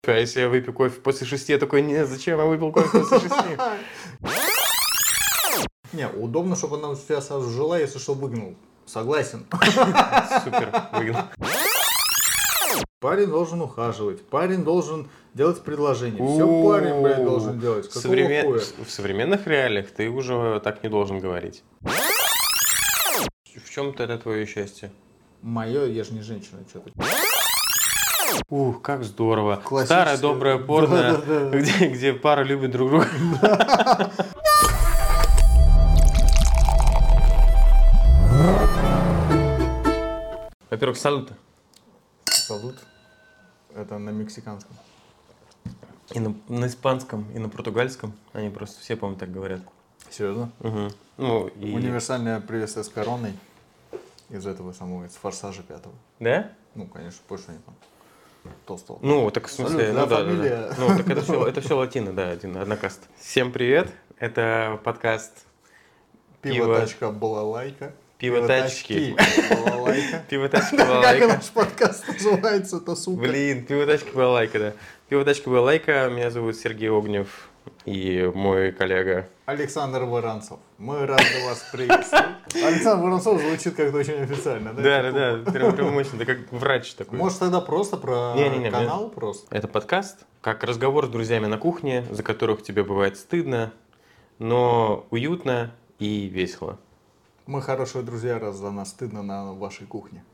А если я выпью кофе после 6, я такой, нет, зачем я выпил кофе после 6? Не, удобно, чтобы она у тебя сразу жила, если что, выгнул. Согласен. Супер, выгнал. Парень должен ухаживать, парень должен делать предложение. Все парень, блядь, должен делать. В современных реалиях ты уже так не должен говорить. В чем тогда твое счастье? Мое, я же не женщина, что-то. Ух, как здорово. Старая добрая порно, где пара любит друг друга. Во-первых, салют. Салют. Это на мексиканском. И на испанском, и на португальском. Они просто все, по-моему, так говорят. Серьезно? Угу. Ну, и... Универсальное приветствие с короной. Из этого самого, из «Форсажа» 5. Да? Ну, конечно, больше они там толстого. Ну, так в смысле, Салют, ну фамилия. да. Ну, так это все латино, да, одна каста. Всем привет, это подкаст Пиво-тачка балалайка. Пиво-тачки. Балалайка. Пиво-тачки Как балалайка. наш подкаст называется, это сука. Блин, пиво-тачки балалайка, да. Пиво-тачки балалайка, меня зовут Сергей Огнев и мой коллега. Александр Воронцов. Мы рады вас приветствовать. Александр Воронцов звучит как-то очень официально, да? Да, прям мощно, да, как врач такой. Может, тогда просто про канал просто? Это подкаст, как разговор с друзьями на кухне, за которых тебе бывает стыдно, но уютно и весело. Мы хорошие друзья, раз за нас стыдно на вашей кухне.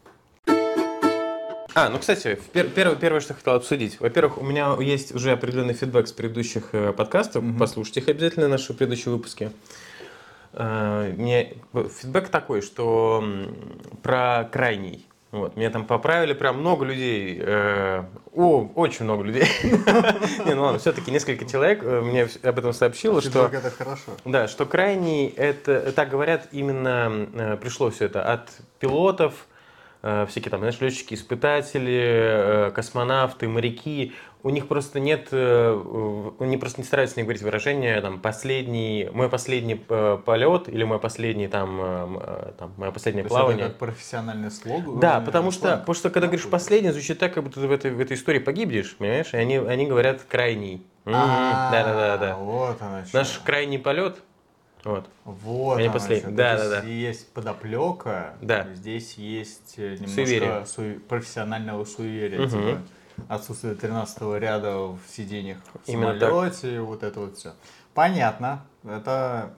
Ну, кстати, первое, что хотел обсудить. Во-первых, у меня есть уже определенный фидбэк с предыдущих подкастов. Послушайте их обязательно, наши предыдущие выпуски. Мне фидбэк такой, что про крайний. Вот, меня там поправили прям много людей. Очень много людей. Не, ну ладно, все-таки несколько человек мне об этом сообщило, что... Фидбэк — это хорошо. Да, что крайний, это, так говорят, именно пришло все это от пилотов, всякие там, знаешь, летчики-испытатели, космонавты, моряки, у них просто нет, они просто не стараются не говорить выражение, там, мой последний полет или мой последний, мое последнее плавание. Это как профессиональный слог? Да, потому что когда говоришь последний, звучит так, как будто ты в этой истории погибнешь, понимаешь, и они говорят крайний. Да. Вот она что. Наш крайний полет. Вот они она последний. что. Да. Есть подоплека, да. Здесь есть немножко профессионального суеверия. Типа отсутствие 13-го ряда в сиденьях в самолете, вот это вот все. Понятно. Это,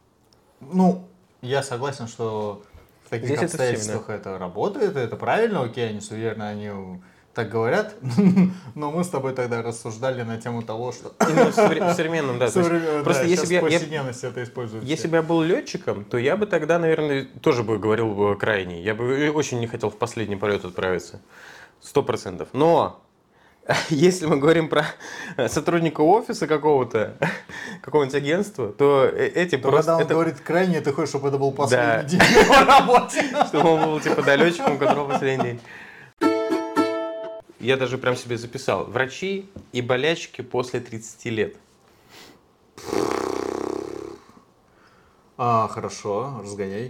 я согласен, что в таких здесь обстоятельствах это работает, это правильно, окей, они суеверны, они так говорят, но мы с тобой тогда рассуждали на тему того, что... В современном, да. Просто если бы это используется. Если бы я был летчиком, то я бы тогда, наверное, тоже бы говорил крайний. Я бы очень не хотел в последний полет отправиться. 100%. Но если мы говорим про сотрудника офиса какого-нибудь агентства, то эти просто... Когда он говорит крайний, ты хочешь, чтобы это был последний день его работы. Чтобы он был типа летчиком, у которого последний день. Я даже прям себе записал. Врачи и болельщики после 30 лет. Хорошо, разгоняй.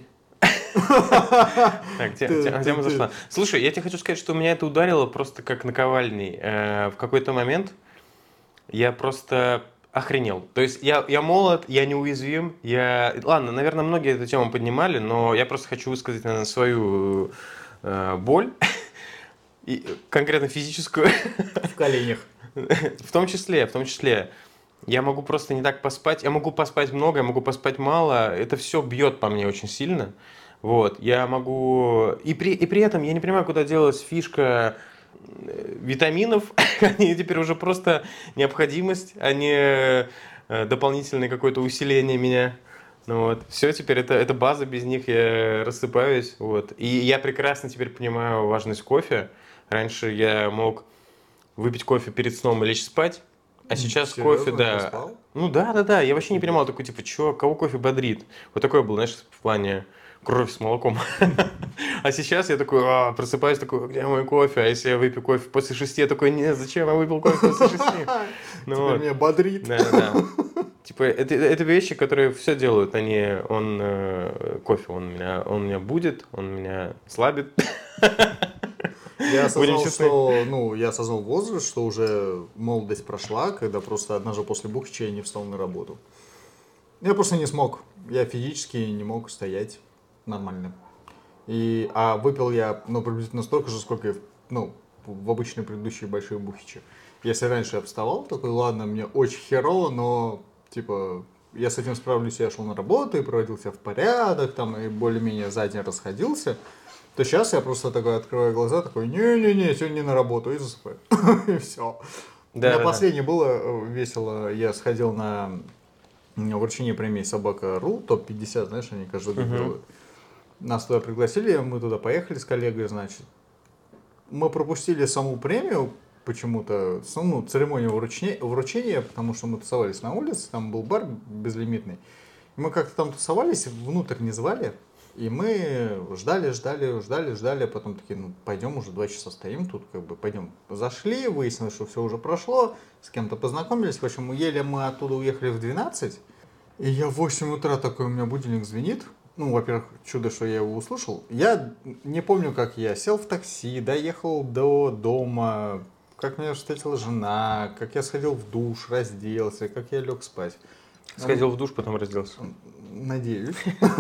Так, тема зашла. Слушай, я тебе хочу сказать, что меня это ударило просто как наковальней. В какой-то момент я просто охренел. То есть я молод, я неуязвим. Ладно, наверное, многие эту тему поднимали, но я просто хочу высказать, наверное, свою боль. И конкретно физическую. В коленях. В том числе. Я могу просто не так поспать. Я могу поспать много, я могу поспать мало. Это все бьет по мне очень сильно. Вот. Я могу... И при этом я не понимаю, куда делась фишка витаминов. Они теперь уже просто необходимость, а не дополнительное какое-то усиление меня. Все, теперь это база, без них я рассыпаюсь. И я прекрасно теперь понимаю важность кофе. Раньше я мог выпить кофе перед сном и лечь спать, а сейчас кофе, да. Поспал? Да. Я вообще не понимал, такой, типа, кого кофе бодрит? Вот такое было, знаешь, в плане кровь с молоком. А сейчас я такой, просыпаюсь, такой, где мой кофе? А если я выпью кофе после 6, я такой, нет, зачем я выпил кофе после 6? Теперь меня бодрит. Да. Типа, это вещи, которые все делают. Кофе, он меня будет, он меня слабит. Я осознал возраст, что уже молодость прошла, когда просто однажды после Бухича я не встал на работу. Я просто не смог. Я физически не мог стоять нормально. А выпил я, приблизительно столько же, сколько в обычные предыдущие большие Бухичи. Если раньше я вставал, такой, ладно, мне очень херово, но, я с этим справлюсь, я шел на работу и проводил себя в порядок, и более-менее за день расходился, то сейчас я просто такой открываю глаза, такой, не-не-не, сегодня не на работу, и засыпаю. И все. У меня последнее было весело, я сходил на вручение премии «Собака.ру», топ-50, знаешь, они каждый год делают. Нас туда пригласили, мы туда поехали с коллегой, значит. Мы пропустили саму премию, почему-то, церемонию вручения, потому что мы тусовались на улице, там был бар безлимитный. Мы как-то там тусовались, внутрь не звали, и мы ждали, потом такие, пойдем, уже 2 часа стоим тут, пойдем. Зашли, выяснилось, что все уже прошло, с кем-то познакомились, в общем, еле мы оттуда уехали в 12, и я в 8 утра такой, у меня будильник звенит. Во-первых, чудо, что я его услышал. Я не помню, как я сел в такси, доехал до дома, как меня встретила жена, как я сходил в душ, разделся, как я лег спать. Сходил в душ, потом разделся. Надеюсь.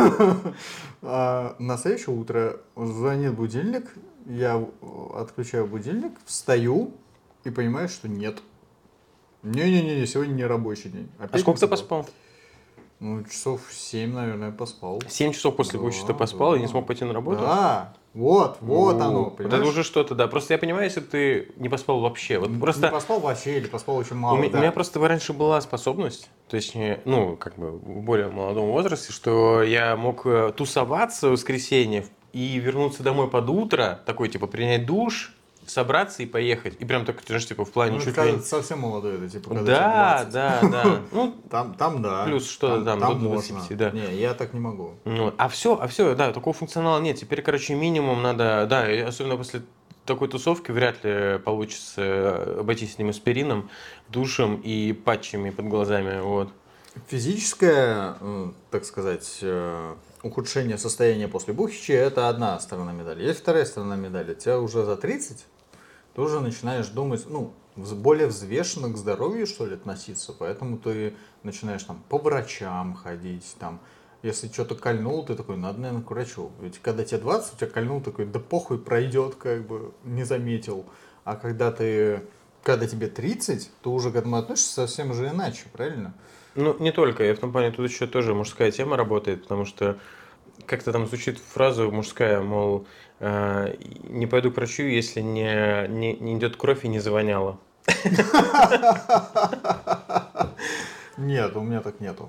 На следующее утро звонит будильник, я отключаю будильник, встаю и понимаю, что нет. Не-не-не, сегодня не рабочий день. А сколько ты поспал? Часов 7, наверное, поспал. 7 часов после Бухича ты поспал и не смог пойти на работу? Да, вот оно, понимаешь? Это уже что-то, да. Просто я понимаю, если ты не поспал вообще. Не поспал вообще или поспал очень мало. У меня просто раньше была способность, то есть, в более молодом возрасте, что я мог тусоваться в воскресенье и вернуться домой под утро, такой, принять душ, собраться и поехать. И прям так, знаешь, в плане чуть ли... совсем молодой, это когда да. Там да. Плюс что-то там до 25, да. Не, я так не могу. А все, да, такого функционала нет. Теперь, минимум надо, да, особенно после такой тусовки вряд ли получится обойтись с ним аспирином, душем и патчами под глазами, вот. Физическое, так сказать, ухудшение состояния после Бухича – это одна сторона медали. Есть вторая сторона медали. Тебя уже за 30, ты уже начинаешь думать, более взвешенно к здоровью, что ли, относиться. Поэтому ты начинаешь по врачам ходить, если что-то кольнул, ты такой, надо, наверное, к врачу. Ведь когда тебе 20, у тебя кольнул, такой, да похуй, пройдет, не заметил. А когда тебе 30, ты уже к этому относишься совсем же иначе, правильно? Не только. Я в том плане, тут еще тоже мужская тема работает, потому что как-то там звучит фраза мужская, мол, не пойду к врачу, если не идет кровь и не завоняло. Нет, у меня так нету.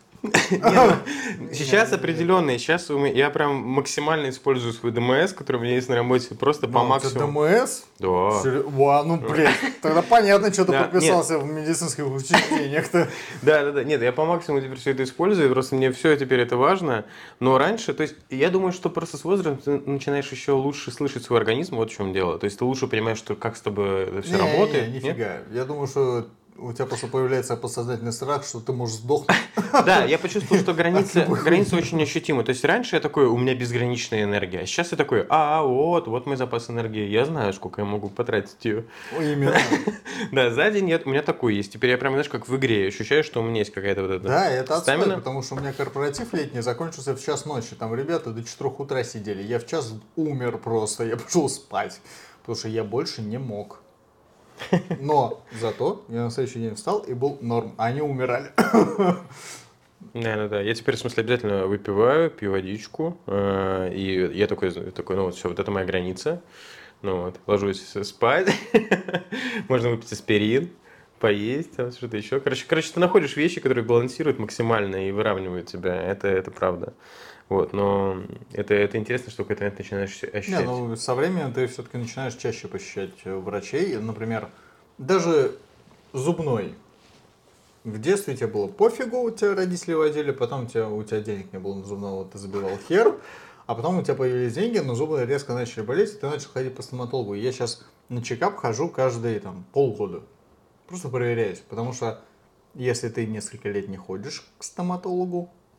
Сейчас определенные. Сейчас я прям максимально использую свой ДМС, который у меня есть на работе, просто по максимуму. ДМС? Да. Тогда понятно, что ты подписался в медицинских учреждениях-то. Да. Нет, я по максимуму теперь все это использую, просто мне все теперь это важно. Но раньше, то есть, я думаю, что просто с возрастом ты начинаешь еще лучше слышать свой организм, вот в чем дело. То есть, ты лучше понимаешь, как с тобой это все работает. Нифига. Я думаю, что у тебя просто появляется подсознательный страх, что ты можешь сдохнуть. Да, я почувствовал, что границы очень ощутимы. То есть раньше я такой, у меня безграничная энергия. А сейчас я такой, вот мой запас энергии. Я знаю, сколько я могу потратить ее. Именно. Да, за день у меня такой есть. Теперь я прям, знаешь, как в игре. Ощущаю, что у меня есть какая-то вот эта Да, это отстой, потому что у меня корпоратив летний закончился в 1:00 ночи. Там ребята до 4 утра сидели. Я в 1:00 умер просто. Я пошел спать. Потому что я больше не мог. Но зато я на следующий день встал и был норм, а они умирали. Да. Я теперь, в смысле, обязательно выпиваю, пью водичку, и я такой, все, вот это моя граница. Ложусь спать, можно выпить аспирин, поесть, что-то еще. Короче, ты находишь вещи, которые балансируют максимально и выравнивают тебя, это правда. Но это интересно, что какой-то момент начинаешь ощущать. Со временем ты все-таки начинаешь чаще посещать врачей. Например, даже зубной. В детстве тебе было пофигу, у тебя родители водили, потом у тебя денег не было на зубного, ты забивал хер, а потом у тебя появились деньги, но зубы резко начали болеть, и ты начал ходить по стоматологу. И я сейчас на чекап хожу каждые полгода. Просто проверяюсь, потому что если ты несколько лет не ходишь к стоматологу,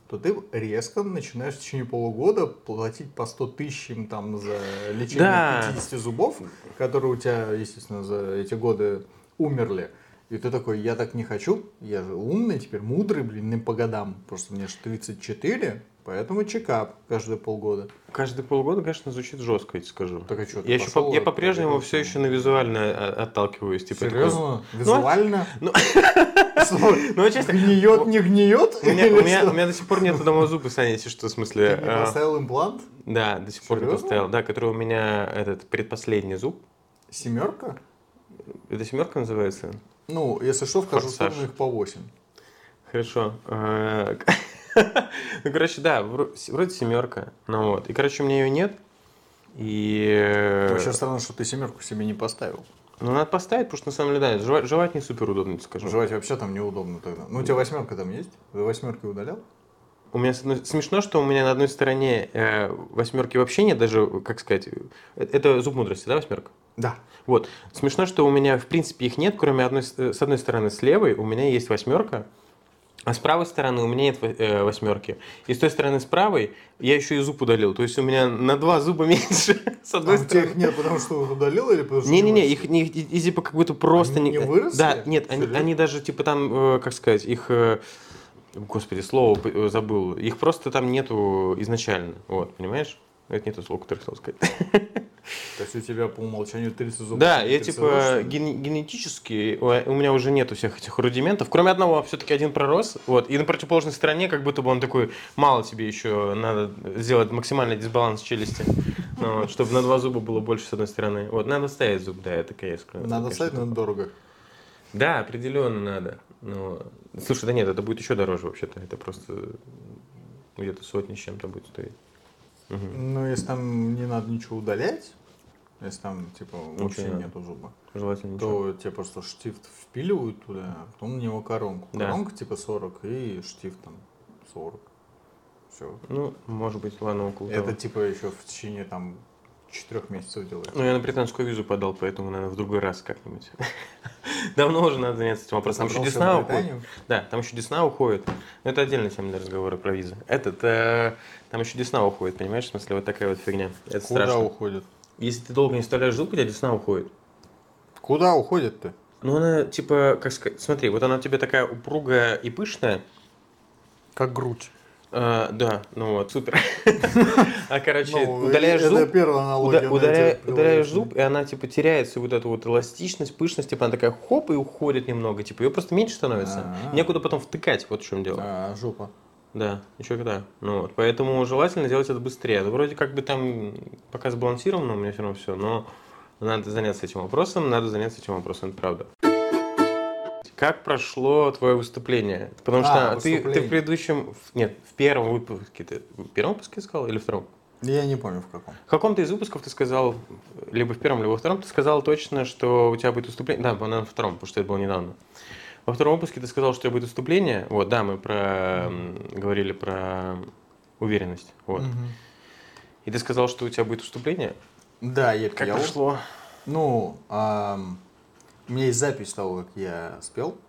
то ты резко начинаешь в течение полугода платить по 100 тысяч им там за лечение 50 зубов, которые у тебя, естественно, за эти годы умерли. И ты такой, я так не хочу, я же умный, теперь мудрый, блин, не по годам. Просто мне же 34, поэтому чекап каждые полгода. Каждые полгода, конечно, звучит жестко, я тебе скажу. Так, а что, я по-прежнему все еще на визуально отталкиваюсь. Типа, серьезно? Такой... Визуально? Ну, честно, гниет, не гниет? У меня до сих пор нет одного зуба, Саня, если что, в смысле... Ты не поставил имплант? Да, до сих пор не поставил. Да, который у меня, этот, предпоследний зуб. 7? Это 7 называется? Ну, если что, в каждую сторону их по 8. Хорошо. Ну, короче, да, вроде 7. Ну вот. И, короче, у меня ее нет. И... Вообще странно, что ты 7 себе не поставил. Ну, надо поставить, потому что, на самом деле, да, жевать не супер удобно, скажу. Жевать вообще там неудобно тогда. Ну, у тебя 8 там есть? Ты 8 удалял? У меня смешно, что у меня на одной стороне 8 вообще нет, даже, как сказать, это зуб мудрости, да, 8? Да. Вот. Смешно, что у меня, в принципе, их нет, кроме с одной стороны, с левой у меня есть 8, а с правой стороны у меня нет 8. И с той стороны, с правой, я еще и зуб удалил. То есть у меня на 2 зуба меньше, с одной стороны. У тебя их нет, потому что удалил или потому что не-не-не, их типа как будто просто... Они не выросли? Да, нет, они даже, типа, там, как сказать, их... Господи, слово забыл. Их просто там нету изначально. Вот, понимаешь? Это не то слово, которое хотел сказать. То есть у тебя по умолчанию 30 зубов? Да, я типа генетически, у меня уже нету всех этих рудиментов. Кроме одного, все-таки один пророс. Вот, и на противоположной стороне, как будто бы он такой, мало тебе еще, надо сделать максимальный дисбаланс челюсти, ну, чтобы на 2 зуба было больше с одной стороны. Вот, надо ставить зуб, да, это, конечно. Надо ставить, но дорого. Да, определенно надо. Но... Слушай, да нет, это будет еще дороже вообще-то. Это просто где-то сотни с чем-то будет стоить. Угу. Ну, если там не надо ничего удалять, если там, типа, вообще нету зуба, желательно то ничего. тебе просто штифт впиливают туда, а потом на него коронку. Да. Коронка типа 40 и штифт там 40. Все. Ну, может быть, ладно, около Это того. типа еще в течение там 4 месяцев делается. Ну, я на британскую визу подал, поэтому, наверное, в другой раз как-нибудь. Давно уже надо заняться этим вопросом. Там еще Десна уходит. Да, там еще Десна уходит. Но это отдельная тема для разговора про визы. Там еще Десна уходит, понимаешь? В смысле, вот такая вот фигня. Это Куда страшно. уходит? Если ты долго не вставляешь зуб, у тебя Десна уходит. Куда уходит-то? Ну, она, типа, как сказать, смотри, вот она у тебя такая упругая и пышная. Как грудь. Да, ну вот, супер. А, короче, удаляешь зуб, это первая аналогия. удаляешь зуб, и она, типа, теряет свою вот эту вот эластичность, пышность, типа, она такая хоп, и уходит немного, типа, ее просто меньше становится. Некуда потом втыкать, вот в чем дело. Жопа. Да, еще когда. Ну вот, поэтому желательно делать это быстрее. Ну, вроде как бы там пока сбалансировано у меня все равно все, но надо заняться этим вопросом, это правда. Как прошло твое выступление? Потому что ты в предыдущем... Нет, в первом выпуске. Ты в первом выпуске сказал или в втором? Я не помню в каком. В каком-то из выпусков ты сказал, либо в первом, либо во втором, ты сказал точно, что у тебя будет выступление. Да, наверное, во втором, потому что это было недавно. Во втором выпуске ты сказал, что у тебя будет выступление. Вот, да, мы говорили про уверенность. Вот. И ты сказал, что у тебя будет выступление. Да, как прошло? Ну, у меня есть запись того, как я спел.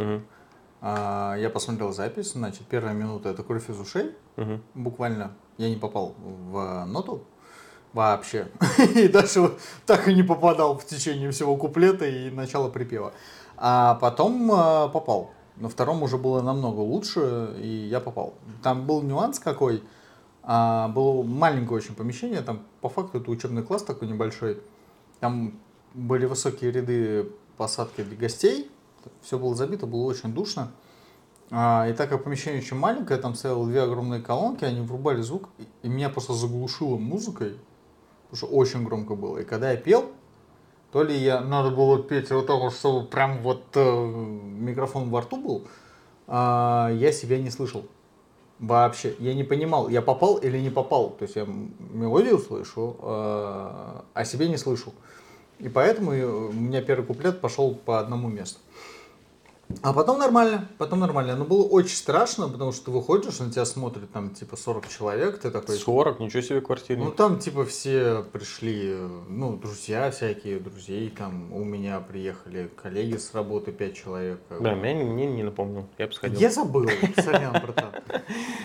Я посмотрел запись, значит, первая минута это кровь из ушей. Буквально я не попал в ноту вообще. И даже так и не попадал в течение всего куплета и начала припева. А потом попал. На втором уже было намного лучше, и я попал. Там был нюанс какой. Было маленькое очень помещение, там по факту это учебный класс такой небольшой. Там были высокие ряды посадки для гостей, все было забито, было очень душно. И так как помещение очень маленькое, там стояло 2 огромные колонки, они врубали звук, и меня просто заглушило музыкой, потому что очень громко было. И когда я пел, то ли надо было петь вот так, чтобы прям вот микрофон во рту был, я себя не слышал. Вообще, я не понимал, я попал или не попал. То есть я мелодию слышу, а себя не слышу. И поэтому у меня первый куплет пошел по одному месту. А потом нормально. Но было очень страшно, потому что ты выходишь, на тебя смотрит там типа 40 человек, ты такой... 40? Ничего себе квартира. Ну там типа все пришли, ну друзья всякие, друзей там, у меня приехали коллеги с работы 5 человек. Да, мне не напомнил, я бы сходил. Я забыл, сорян, братан.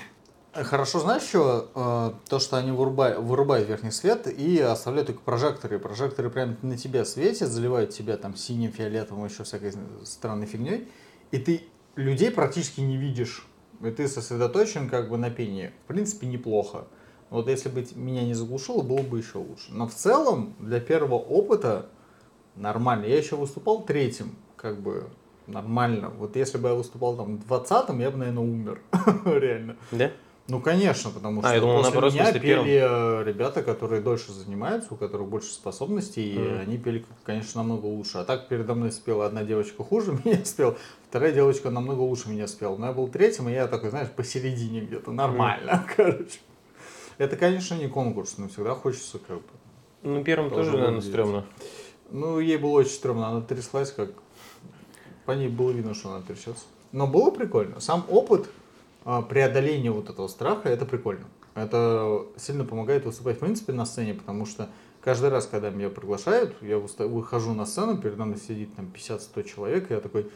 Хорошо, знаешь что? То, что они вырубают верхний свет и оставляют только прожекторы. Прожекторы прям на тебя светят, заливают тебя там синим, фиолетовым, еще всякой странной фигней. И ты людей практически не видишь. И ты сосредоточен как бы на пении. В принципе, неплохо. Вот если бы меня не заглушило, было бы еще лучше. Но в целом, для первого опыта нормально. Я еще выступал третьим, как бы нормально. Вот если бы я выступал там 20-м, я бы, наверное, умер. Реально. Да? Ну, конечно, потому что я думал, после наоборот, меня пели ребята, которые дольше занимаются, у которых больше способностей, и они пели, конечно, намного лучше. А так передо мной спела одна девочка хуже меня спела, вторая девочка намного лучше меня спела. Но я был третьим, и я такой, знаешь, посередине где-то, нормально, короче. Это, конечно, не конкурс, но всегда хочется как бы... Ну, первым тоже, наверное, стрёмно. Ну, ей было очень стрёмно, она тряслась, как... По ней было видно, что она трясется. Но было прикольно. Сам опыт преодоления вот этого страха, это прикольно. Это сильно помогает выступать, в принципе, на сцене, потому что каждый раз, когда меня приглашают, я выхожу на сцену, передо мной сидит там 50-100 человек, и я такой...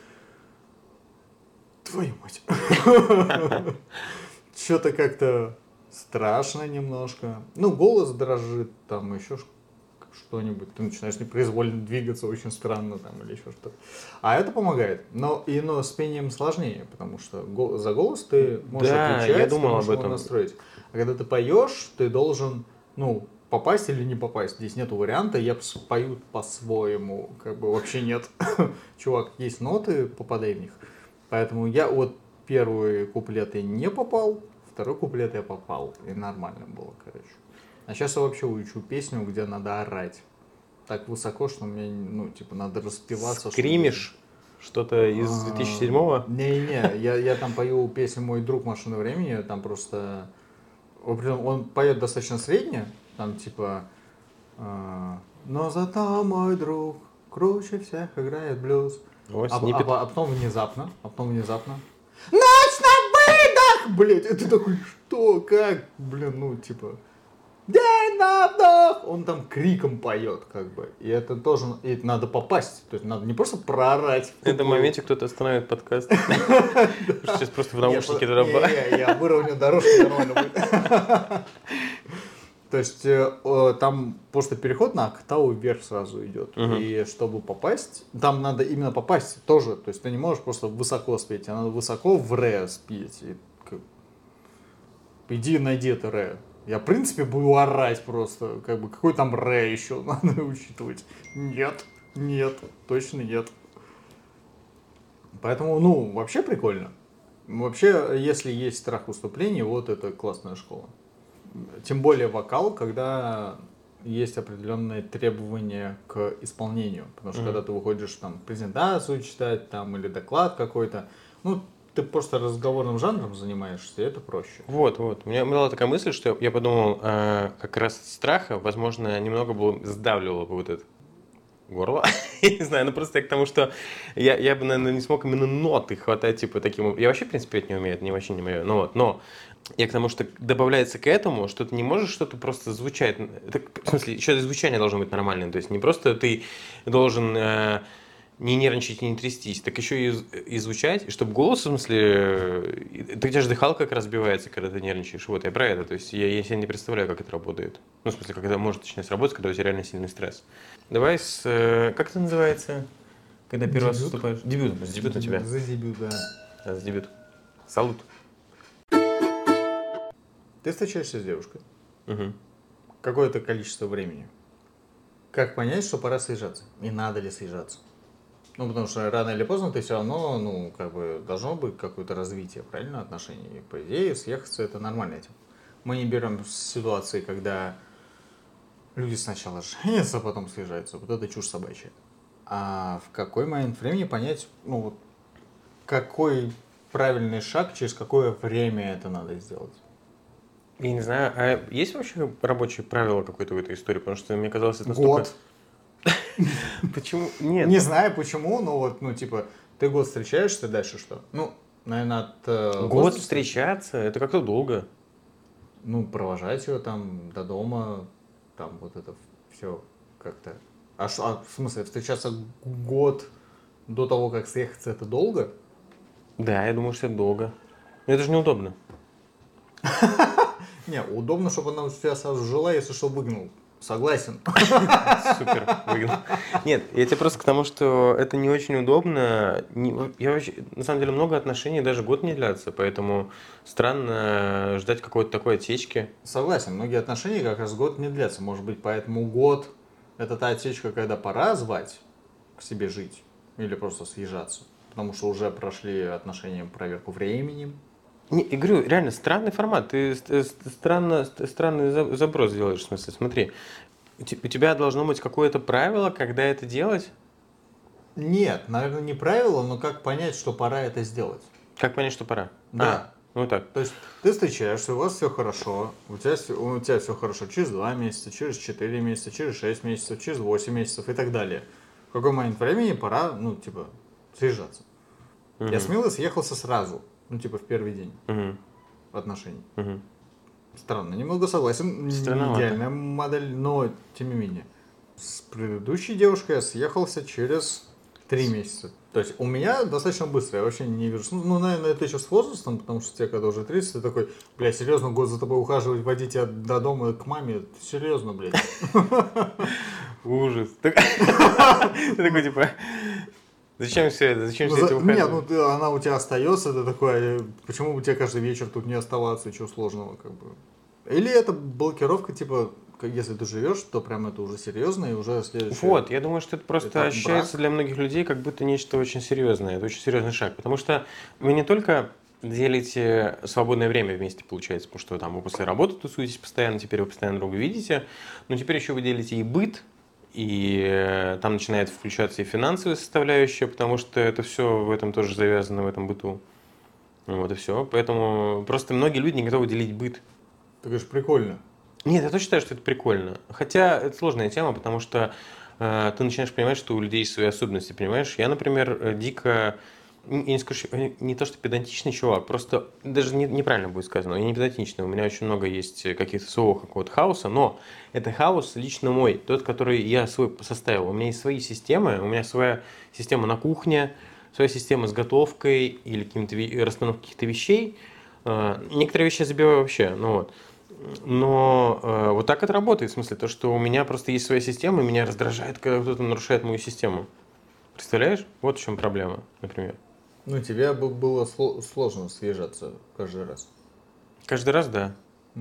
Твою мать! Что-то как-то страшно немножко. Ну, голос дрожит, там еще что-нибудь. Ты начинаешь непроизвольно двигаться очень странно там или еще что-то. А это помогает. Но с пением сложнее, потому что за голос ты можешь отвечать, я думал ты можешь об этом. его настроить. А когда ты поешь, ты должен, попасть или не попасть. Здесь нету варианта, я пою по-своему. Как бы вообще нет. Чувак, есть ноты, попадай в них. Поэтому я вот первый куплет я не попал, второй куплет я попал. И нормально было, короче. А сейчас я вообще учу песню, где надо орать. Так высоко, что мне, надо распеваться. Скримиш? Что-то из 2007-го? Не-не, я там пою песню «Мой друг машины времени», там просто... Он поет достаточно средне, там типа... Но зато мой друг круче всех играет блюз. А потом внезапно... Ночь на выдох! Блять, это такой, что, как? День на вдох! Он там криком поет, как бы. И это тоже, и надо попасть. То есть надо не просто проорать. В этом моменте кто-то остановит подкаст. Сейчас просто в наушнике дорабатываю. Я выровню дорожку, нормально будет. То есть там просто переход на октаву вверх сразу идет. И чтобы попасть, там надо именно попасть тоже. То есть ты не можешь просто высоко спеть, а надо высоко в ре спеть. Иди найди это ре. Я, в принципе, буду орать просто. Как бы, какой там ре еще надо учитывать? Нет, точно нет. Поэтому, вообще прикольно. Вообще, если есть страх выступлений, вот это классная школа. Тем более вокал, когда есть определенные требования к исполнению. Потому что когда ты выходишь там презентацию читать там, или доклад какой-то, ты просто разговорным жанром занимаешься, и это проще. Вот. У меня была такая мысль, что я подумал, как раз страха, возможно, немного бы сдавливало бы вот это горло. Я не знаю, просто к тому, что я бы, наверное, не смог именно ноты хватать, типа, таким... Я вообще, в принципе, петь не умею, это вообще не мое. Но я к тому, что добавляется к этому, что ты не можешь что-то просто звучать. В смысле, еще и звучание должно быть нормальным. То есть не просто ты должен... не нервничать и не трястись, так еще и звучать, и чтобы голос, в смысле, у тебя же дыхалка как раз сбивается, когда ты нервничаешь. Вот, я про это. То есть я себе не представляю, как это работает. В смысле, как это может начинать работать, когда у тебя реально сильный стресс. Давай как это называется, когда первый раз выступаешь? Дебют у тебя. За дебют, да. За дебют. Салют. Ты встречаешься с девушкой. Какое-то количество времени. Как понять, что пора съезжаться? И надо ли съезжаться? Потому что рано или поздно ты все равно, должно быть какое-то развитие, правильно, отношений. И, по идее, съехаться это нормальная тема. Мы не берем ситуации, когда люди сначала женятся, а потом съезжаются. Вот это чушь собачья. А в какой момент времени понять, какой правильный шаг, через какое время это надо сделать? Я не знаю, а есть вообще рабочее правило какое-то в этой истории? Потому что мне казалось, это настолько... Год. Почему? Нет. Не знаю почему, но ты год встречаешься, дальше что? Наверное, от... Год встречаться? Это как-то долго. Провожать ее там до дома, там вот это все как-то... в смысле, встречаться год до того, как съехаться, это долго? Да, я думаю, что это долго. Но это же неудобно. Не, удобно, чтобы она у тебя сразу жила, если что, выгнал. Согласен. Супер, выгнал. Нет, я тебе просто к тому, что это не очень удобно. Я вообще, на самом деле, много отношений даже год не длятся, поэтому странно ждать какой-то такой отсечки. Согласен, многие отношения как раз год не длятся. Может быть, поэтому год – это та отсечка, когда пора звать к себе жить или просто съезжаться. Потому что уже прошли отношения проверку временем. Не, я говорю, реально странный формат. Ты странный заброс делаешь, в смысле. Смотри, у тебя должно быть какое-то правило, когда это делать? Нет, наверное, не правило, но как понять, что пора это сделать? Как понять, что пора? Да. Вот так. То есть ты встречаешься, у вас все хорошо, у тебя все хорошо через 2 месяца, через 4 месяца, через 6 месяцев, через 8 месяцев и так далее. В какой момент времени пора, съезжаться. Я с Милой съехался сразу. В первый день отношений. Странно, немного согласен, не идеальная модель, но тем не менее. С предыдущей девушкой я съехался через 3 месяца. То есть у меня достаточно быстро, я вообще не вижу. Наверное, это еще с возрастом, потому что тебе, когда уже 30, ты такой, серьезно, год за тобой ухаживать, водить тебя до дома к маме, серьезно, блядь. Ужас. Ты такой, типа... Зачем все это? Зачем все это ухаживать? Нет, она у тебя остается, ты такой, почему бы тебе каждый вечер тут не оставаться, чего сложного, как бы. Или это блокировка, типа, если ты живешь, то прям это уже серьезно и уже следующее. Вот, я думаю, что это просто ощущается для многих людей как будто нечто очень серьезное. Это очень серьезный шаг, потому что вы не только делите свободное время вместе, получается, потому что там вы после работы тусуетесь постоянно, теперь вы постоянно друга видите, но теперь еще вы делите и быт, и там начинает включаться и финансовая составляющая, потому что это все в этом тоже завязано, в этом быту. Вот и все. Поэтому просто многие люди не готовы делить быт. Так это же прикольно. Нет, я тоже считаю, что это прикольно. Хотя это сложная тема, потому что ты начинаешь понимать, что у людей есть свои особенности, понимаешь? Я, например, дико... Я не скажу, не то, что педантичный чувак, просто даже неправильно будет сказано, я не педантичный, у меня очень много есть каких-то своего какого-то хаоса, но это хаос лично мой, тот, который я свой составил. У меня есть свои системы, у меня своя система на кухне, своя система с готовкой или расстановкой каких-то вещей. Некоторые вещи я забиваю вообще, Но вот так это работает, в смысле, то, что у меня просто есть своя система, и меня раздражает, когда кто-то нарушает мою систему. Представляешь? Вот в чем проблема, например. Тебе было сложно съезжаться каждый раз. Каждый раз, да.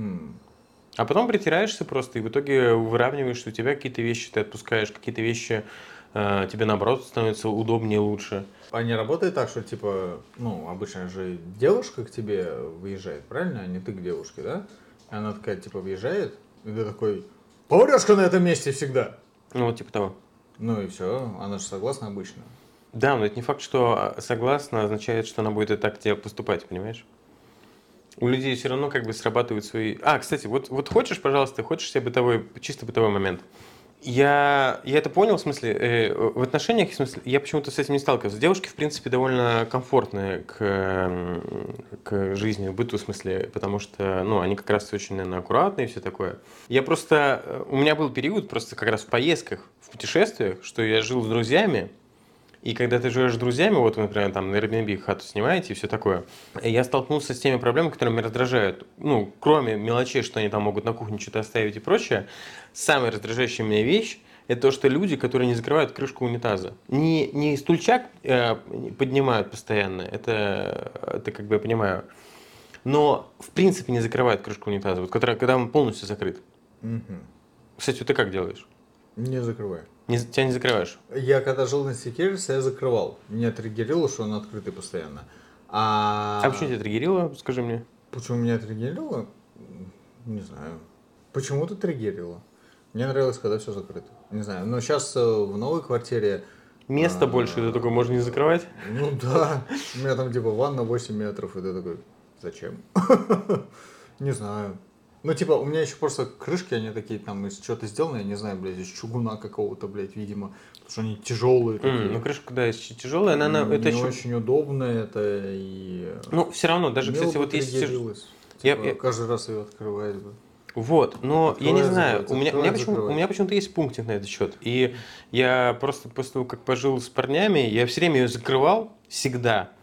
А потом притираешься просто, и в итоге выравниваешь, что у тебя какие-то вещи ты отпускаешь, какие-то вещи тебе, наоборот, становятся удобнее, лучше. А не работает так, что, обычно же девушка к тебе выезжает, правильно? А не ты к девушке, да? И она такая, въезжает, и ты такой, поварешка на этом месте всегда. Вот типа того. И все, она же согласна обычно. Да, но это не факт, что согласна означает, что она будет и так тебе поступать, понимаешь? У людей все равно срабатывают свои... Кстати, вот хочешь себе чисто бытовой момент. Я это понял, в смысле, в отношениях, в смысле, я почему-то с этим не сталкивался. Девушки, в принципе, довольно комфортные к жизни, в быту, в смысле, потому что, они как раз очень, наверное, аккуратные и все такое. У меня был период просто как раз в поездках, в путешествиях, что я жил с друзьями, и когда ты живешь с друзьями, вот, например, там на Airbnb хату снимаете и все такое, я столкнулся с теми проблемами, которые меня раздражают. Кроме мелочей, что они там могут на кухне что-то оставить и прочее, самая раздражающая меня вещь – это то, что люди, которые не закрывают крышку унитаза. Не стульчак поднимают постоянно, это как бы я понимаю, но в принципе не закрывают крышку унитаза, вот, когда он полностью закрыт. Кстати, ты как делаешь? Не закрываю. Тебя не закрываешь? Я когда жил на Сикерсе, я закрывал. Меня триггерило, что он открытый постоянно. А почему тебя триггерило, скажи мне? Почему меня триггерило? Не знаю. Почему-то триггерило. Мне нравилось, когда все закрыто. Не знаю. Но сейчас в новой квартире... Места больше, ты такой, можно не закрывать? Да. У меня там ванна 8 метров, и ты такой, зачем? Не знаю. У меня еще просто крышки, они такие там из чего-то сделаны, я не знаю, из чугуна какого-то, видимо, потому что они тяжелые. Крышка, да, тяжелая, она это не очень удобно, это и... все равно, даже, кстати, вот есть... Каждый раз ее открывать бы. Вот, но я не знаю, у меня почему-то есть пунктик на этот счет. И я просто после того, как пожил с парнями, я все время ее закрывал, всегда.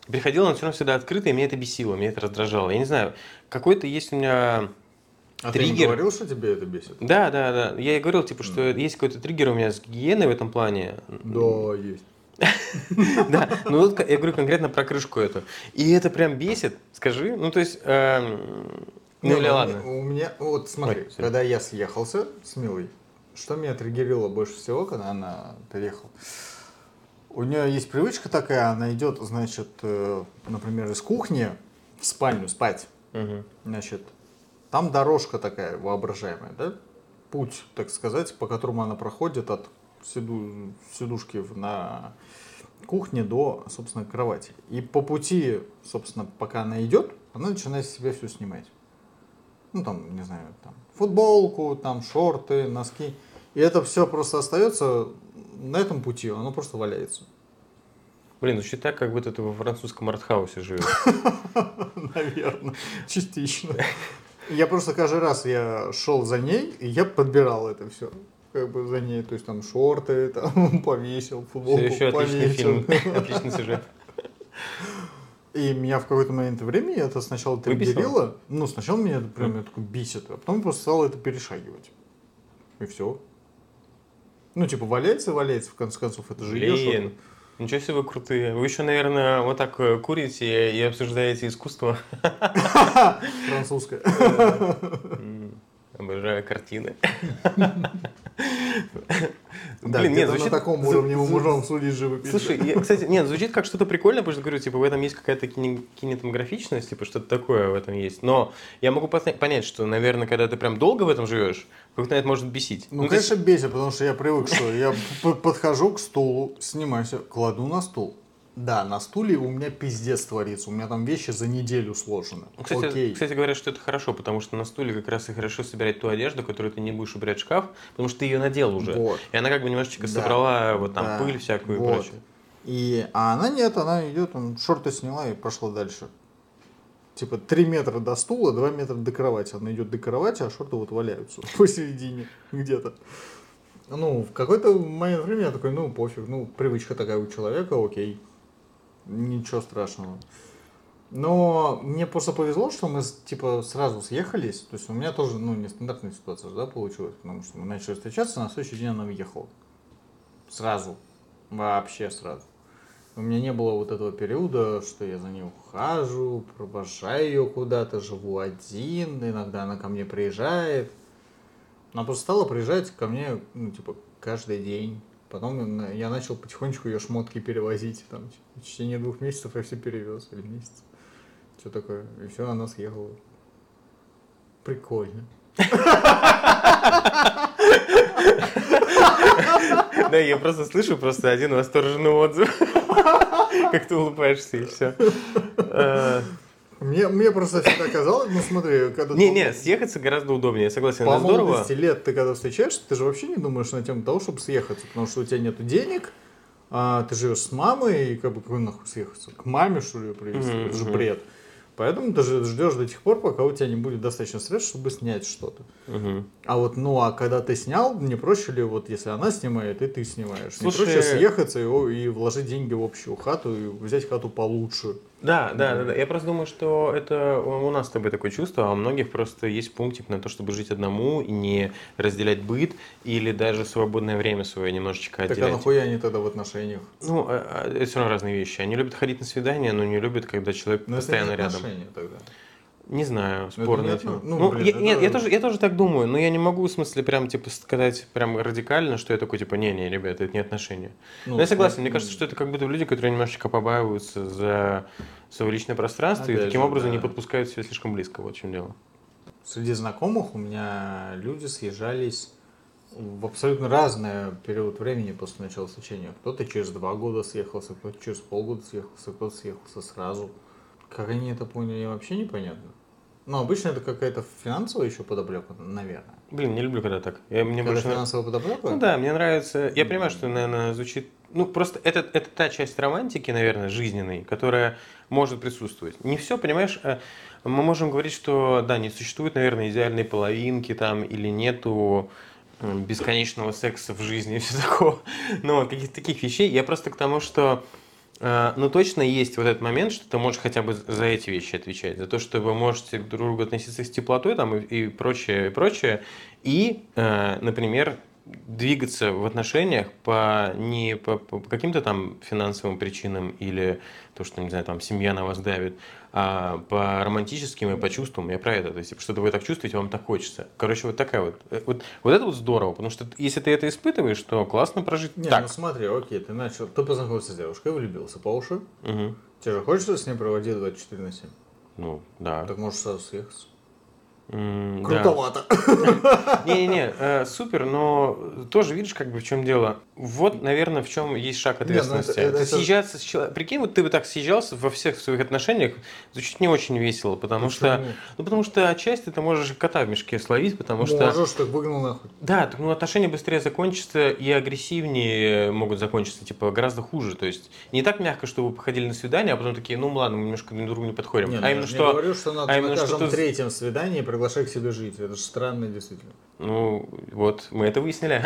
Приходил он все равно всегда открытый, и меня это бесило, меня это раздражало. Я не знаю, какой-то есть у меня А триггер. ты не говорил, что тебе это бесит? Да. Я и говорил, типа, что есть какой-то триггер у меня с гигиеной в этом плане. Да, есть. Да, ну вот я говорю конкретно про крышку эту. И это прям бесит, скажи. Ну, то есть, ну или ладно. У меня, вот смотри, когда я съехался с Милой, что меня триггерило больше всего, когда она переехала? У нее есть привычка такая, она идет, значит, например, из кухни в спальню спать. Значит, там дорожка такая воображаемая, да? Путь, так сказать, по которому она проходит от сидушки на кухне до, собственно, кровати. И по пути, собственно, пока она идет, она начинает с себя все снимать. Ну, там, не знаю, там, футболку, там, шорты, носки. И это все просто остается на этом пути, оно просто валяется. Блин, звучит так, как будто ты во французском артхаусе живешь. Наверное, частично. Я просто каждый раз я шел за ней, и я подбирал это все. Как бы за ней, то есть там шорты, там повесил, футболку все еще повесил. Отличный фильм, отличный сюжет. И меня в какой-то момент времени это сначала триггерило. Ну, сначала меня это прям такой бесит, а потом просто стало это перешагивать. И все. Ну, типа, валяется, в конце концов, это же ее шорты. Ничего себе вы крутые. Вы еще, наверное, вот так курите и обсуждаете искусство. Французское. Обожаю картины. Да, блин, нет, на таком уровне мы можем судить живопись. Слушай, кстати, нет, звучит как что-то прикольное, потому что, говорю, типа, в этом есть какая-то кинематографичность, типа, что-то такое в этом есть. Но я могу понять, что, наверное, когда ты прям долго в этом живешь, как-то это может бесить. Ну, конечно, бесит, потому что я привык, что я подхожу к стулу, снимаюсь, кладу на стул. Да, на стуле у меня пиздец творится, у меня там вещи за неделю сложены. Кстати, говорят, что это хорошо, потому что на стуле как раз и хорошо собирать ту одежду, которую ты не будешь убирать в шкаф, потому что ты ее надел уже. Вот. И она как бы немножечко собрала вот там пыль всякую и прочее. А она нет, она идет, шорты сняла и пошла дальше. Типа 3 метра до стула, 2 метра до кровати. Она идет до кровати, а шорты вот валяются посередине где-то. Ну, в какой-то момент времени я такой, ну, пофиг, ну, привычка такая у человека, окей. Ничего страшного. Но мне просто повезло, что мы типа сразу съехались. То есть у меня тоже, ну, нестандартная ситуация, да, получилась. Потому что мы начали встречаться, на следующий день она уехала. Сразу. Вообще сразу. У меня не было вот этого периода, что я за ней ухаживаю, провожаю ее куда-то, живу один. Иногда она ко мне приезжает. Она просто стала приезжать ко мне, ну, типа, каждый день. Потом я начал потихонечку ее шмотки перевозить. Там, в течение 2 месяцев я все перевез. Или месяц. Что такое? И все, она съехала. Прикольно. Да, я просто слышу просто один восторженный отзыв. Как ты улыбаешься и все. Мне просто всегда казалось, ну смотри, когда... Не, съехаться гораздо удобнее, я согласен, это здорово. По молодости лет ты когда встречаешься, ты же вообще не думаешь на тему того, чтобы съехаться, потому что у тебя нету денег, ты живешь с мамой, и как бы какой нахуй съехаться? К маме, что ли, привезти? Это же бред. Поэтому ты же ждешь до тех пор, пока у тебя не будет достаточно средств, чтобы снять что-то. А вот, ну, а когда ты снял, не проще ли, вот если она снимает, и ты снимаешь? Слушай, не проще съехаться и вложить деньги в общую хату, и взять хату получше? Да. Я просто думаю, что это у нас с тобой такое чувство, а у многих просто есть пунктик на то, чтобы жить одному и не разделять быт, или даже свободное время свое немножечко отделять. Так а нахуя они тогда в отношениях? Ну, это все равно разные вещи. Они любят ходить на свидания, но не любят, когда человек постоянно рядом. Тогда. Не знаю, спорная тема. Нет, я тоже так думаю, но я не могу в смысле прям типа сказать прям радикально, что я такой типа не, ребята, это не отношения. Но я согласен, мне кажется, что это как будто люди, которые немножечко побаиваются за свое личное пространство и таким образом не подпускают себя слишком близко, вот в чем дело. Среди знакомых у меня люди съезжались в абсолютно разный период времени после начала встречения. Кто-то через 2 года съехался, кто-то через полгода съехался, кто-то съехался сразу. Как они это поняли, вообще непонятно. Но обычно это какая-то финансовая еще подоплека, наверное. Блин, не люблю, когда так. Мне когда финансовая подоплека? Ну да, мне нравится. Я понимаю, что, наверное, звучит... Ну, просто это та часть романтики, наверное, жизненной, которая может присутствовать. Не все, понимаешь, мы можем говорить, что, да, не существует, наверное, идеальной половинки там, или нету бесконечного секса в жизни и все такое. Но каких-то таких вещей. Я просто к тому, что Но точно есть вот этот момент, что ты можешь хотя бы за эти вещи отвечать. За то, что вы можете друг к другу относиться с теплотой там, и прочее, и прочее. И, например, двигаться в отношениях не по каким-то там финансовым причинам или то, что, не знаю, там семья на вас давит, а по романтическим и по чувствам. Я про это. То есть, что-то вы так чувствуете, вам так хочется. Короче, вот такая вот. Вот это вот здорово, потому что если ты это испытываешь, то классно прожить. Не, так. ну смотри, окей, ты познакомился с девушкой, влюбился по уши. Угу. Тебе же хочется с ней проводить 24/7? Ну, да. Так можешь сразу съехаться. Крутовато. Не-не-не, супер, но тоже видишь, как бы в чем дело. Вот, наверное, в чем есть шаг ответственности. Съезжаться с человеком. Прикинь, вот ты бы так съезжался во всех своих отношениях, звучит не очень весело, потому что отчасти ты можешь кота в мешке словить, потому что... Можешь, так выгнал нахуй. Да, отношения быстрее закончатся и агрессивнее могут закончиться, типа, гораздо хуже. То есть не так мягко, что вы походили на свидание, а потом такие, ну ладно, мы немножко друг другу не подходим. Не, я говорю, что надо на каждом третьем свидании приглашать к себе жить. Это же странно, действительно. Ну, вот, мы это выяснили.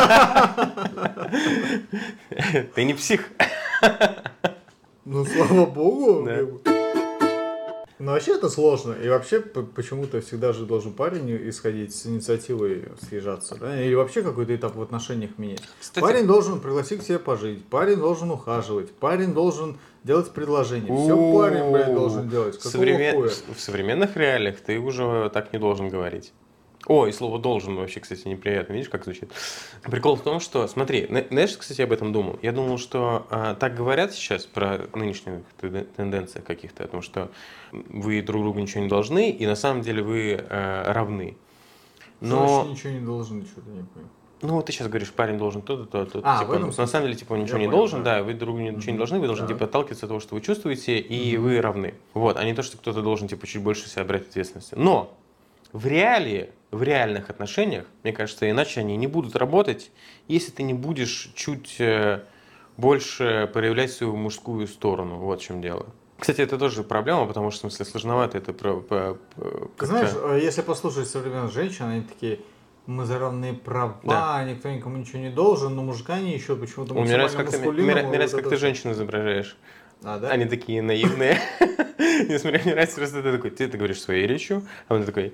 Ты не псих. Ну, слава богу. Но вообще это сложно. И вообще почему-то всегда же должен парень исходить с инициативой съезжаться. Да? Или вообще какой-то этап в отношениях менять. Кстати, парень должен пригласить к себе пожить. Парень должен ухаживать. Парень должен делать предложение. Все парень, блядь, должен делать. В современных реалиях ты уже так не должен говорить. О, и слово «должен» вообще, кстати, неприятно. Видишь, как звучит? Прикол в том, что, смотри, знаешь, кстати, я об этом думал. Я думал, что так говорят сейчас про нынешние тенденции каких-то, о том, что вы друг другу ничего не должны, и на самом деле вы равны. Но... Что ничего не должны, что-то не понял. Ну, вот ты сейчас говоришь, парень должен то-то, то-то. Типа, на самом деле, типа, он ничего не должен, да, вы друг другу ничего не должны, вы должны, типа, отталкиваться от того, что вы чувствуете, и вы равны. Вот, а не то, что кто-то должен, типа, чуть больше себя брать ответственности. Но в реальных отношениях, мне кажется, иначе они не будут работать, если ты не будешь чуть больше проявлять свою мужскую сторону. Вот в чем дело. Кстати, это тоже проблема, потому что, в смысле, сложновато это... Ты знаешь, если послушать современных женщин, они такие... Мы за равные права, да. Никто никому ничего не должен, но мужика они еще почему-то максимально маскулинного. Мне нравится, как ты женщин изображаешь. А, да? Они такие наивные. Мне нравится, просто ты такой, ты это говоришь своей речью, а он такой,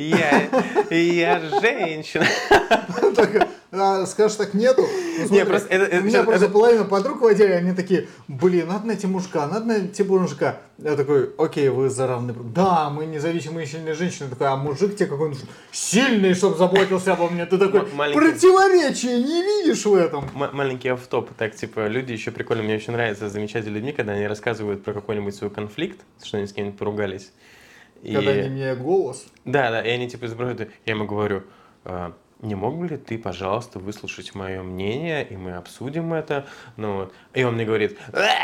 я женщина. Скажешь, так нету? У меня просто половина подруг водили, они такие, блин, надо найти мужика, надо найти мужика. Я такой, окей, вы за равные права. Да, мы независимые сильные женщины. Я такой, а мужик тебе какой-нибудь сильный, чтобы заботился обо мне. Ты такой, противоречия не видишь в этом. Маленький автоп. Так, типа, люди еще прикольно, мне очень нравится замечать людьми, когда они рассказывают про какой-нибудь свой конфликт, что они с кем-нибудь поругались. Когда они меняют голос. Да, и они типа изображают, я ему говорю, не мог бы ли ты, пожалуйста, выслушать мое мнение, и мы обсудим это. Ну, вот. И он мне говорит...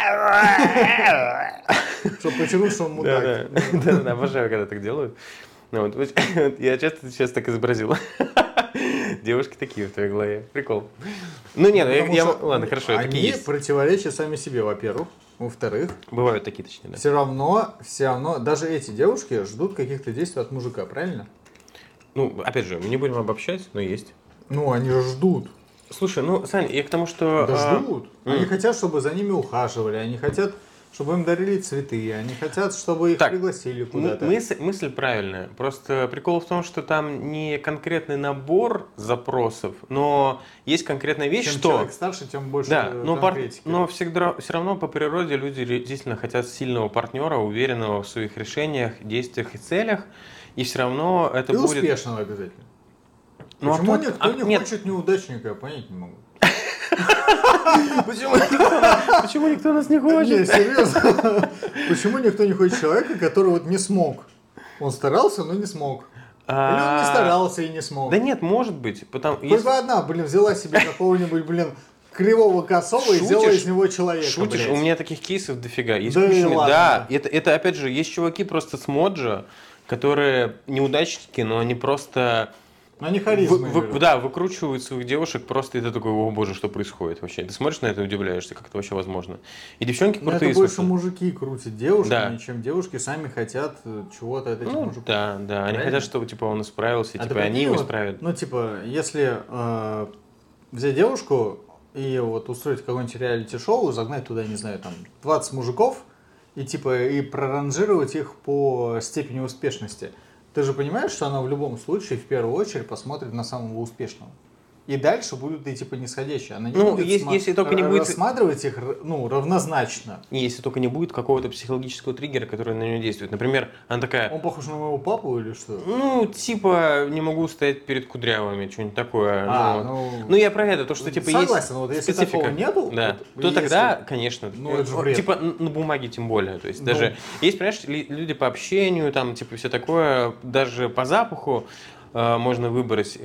Чтобы почему, что он мудак. Да, обожаю, когда так делают. Ну, вот, я часто сейчас так изобразил. Девушки такие в твоей голове. Прикол. Ну нет, ладно, хорошо, такие есть. Они противоречат сами себе, во-первых. Во-вторых, бывают такие, точнее, да. Все равно, даже эти девушки ждут каких-то действий от мужика, правильно? Ну, опять же, мы не будем обобщать, но есть. Ну, они же ждут. Слушай, ну, Сань, я к тому, что... Да ждут. Они хотят, чтобы за ними ухаживали, они хотят, чтобы им дарили цветы, они хотят, чтобы их пригласили куда-то. Мысль правильная. Просто прикол в том, что там не конкретный набор запросов, но есть конкретная вещь, чем человек старше, тем больше конкретики. Но все равно по природе люди действительно хотят сильного партнера, уверенного в своих решениях, действиях и целях. И все равно это и будет... успешного обязательно. Почему никто не хочет неудачника, я понять не могу. Почему никто нас не хочет? Не, серьезно. Почему никто не хочет человека, который вот не смог? Он старался, но не смог. Или он не старался и не смог. Да нет, может быть. Хоть бы одна, взяла себе какого-нибудь, кривого косого и сделала из него человека. Шутишь? У меня таких кейсов дофига. Да, это опять же, есть чуваки просто с моджо, которые неудачники, но они просто... Они харизмы. Выкручивают своих девушек просто, и ты такой, о боже, что происходит вообще? Ты смотришь на это и удивляешься, как это вообще возможно. И девчонки крутые. Это больше мужики крутят девушками, чем девушки сами хотят чего-то от этих мужиков. Да, они хотят, чтобы типа он исправился, типа они его исправят. Ну, типа, если взять девушку, и вот устроить какое-нибудь реалити-шоу, загнать туда, не знаю, там 20 мужиков и типа и проранжировать их по степени успешности. Ты же понимаешь, что она в любом случае в первую очередь посмотрит на самого успешного. И дальше будут идти по нисходящей. Она не будет если только не будет... рассматривать их равнозначно. Если только не будет какого-то психологического триггера, который на нее действует. Например, она такая... Он похож на моего папу или что? Ну, типа, не могу стоять перед кудрявыми, что-нибудь такое. Ну, я про это, то, что типа согласен, есть вот если такого нету, да, вот, то если... тогда, конечно, это же бред. типа на бумаге тем более. То есть даже есть, понимаешь, люди по общению, там, типа, все такое, даже по запаху можно выбрать...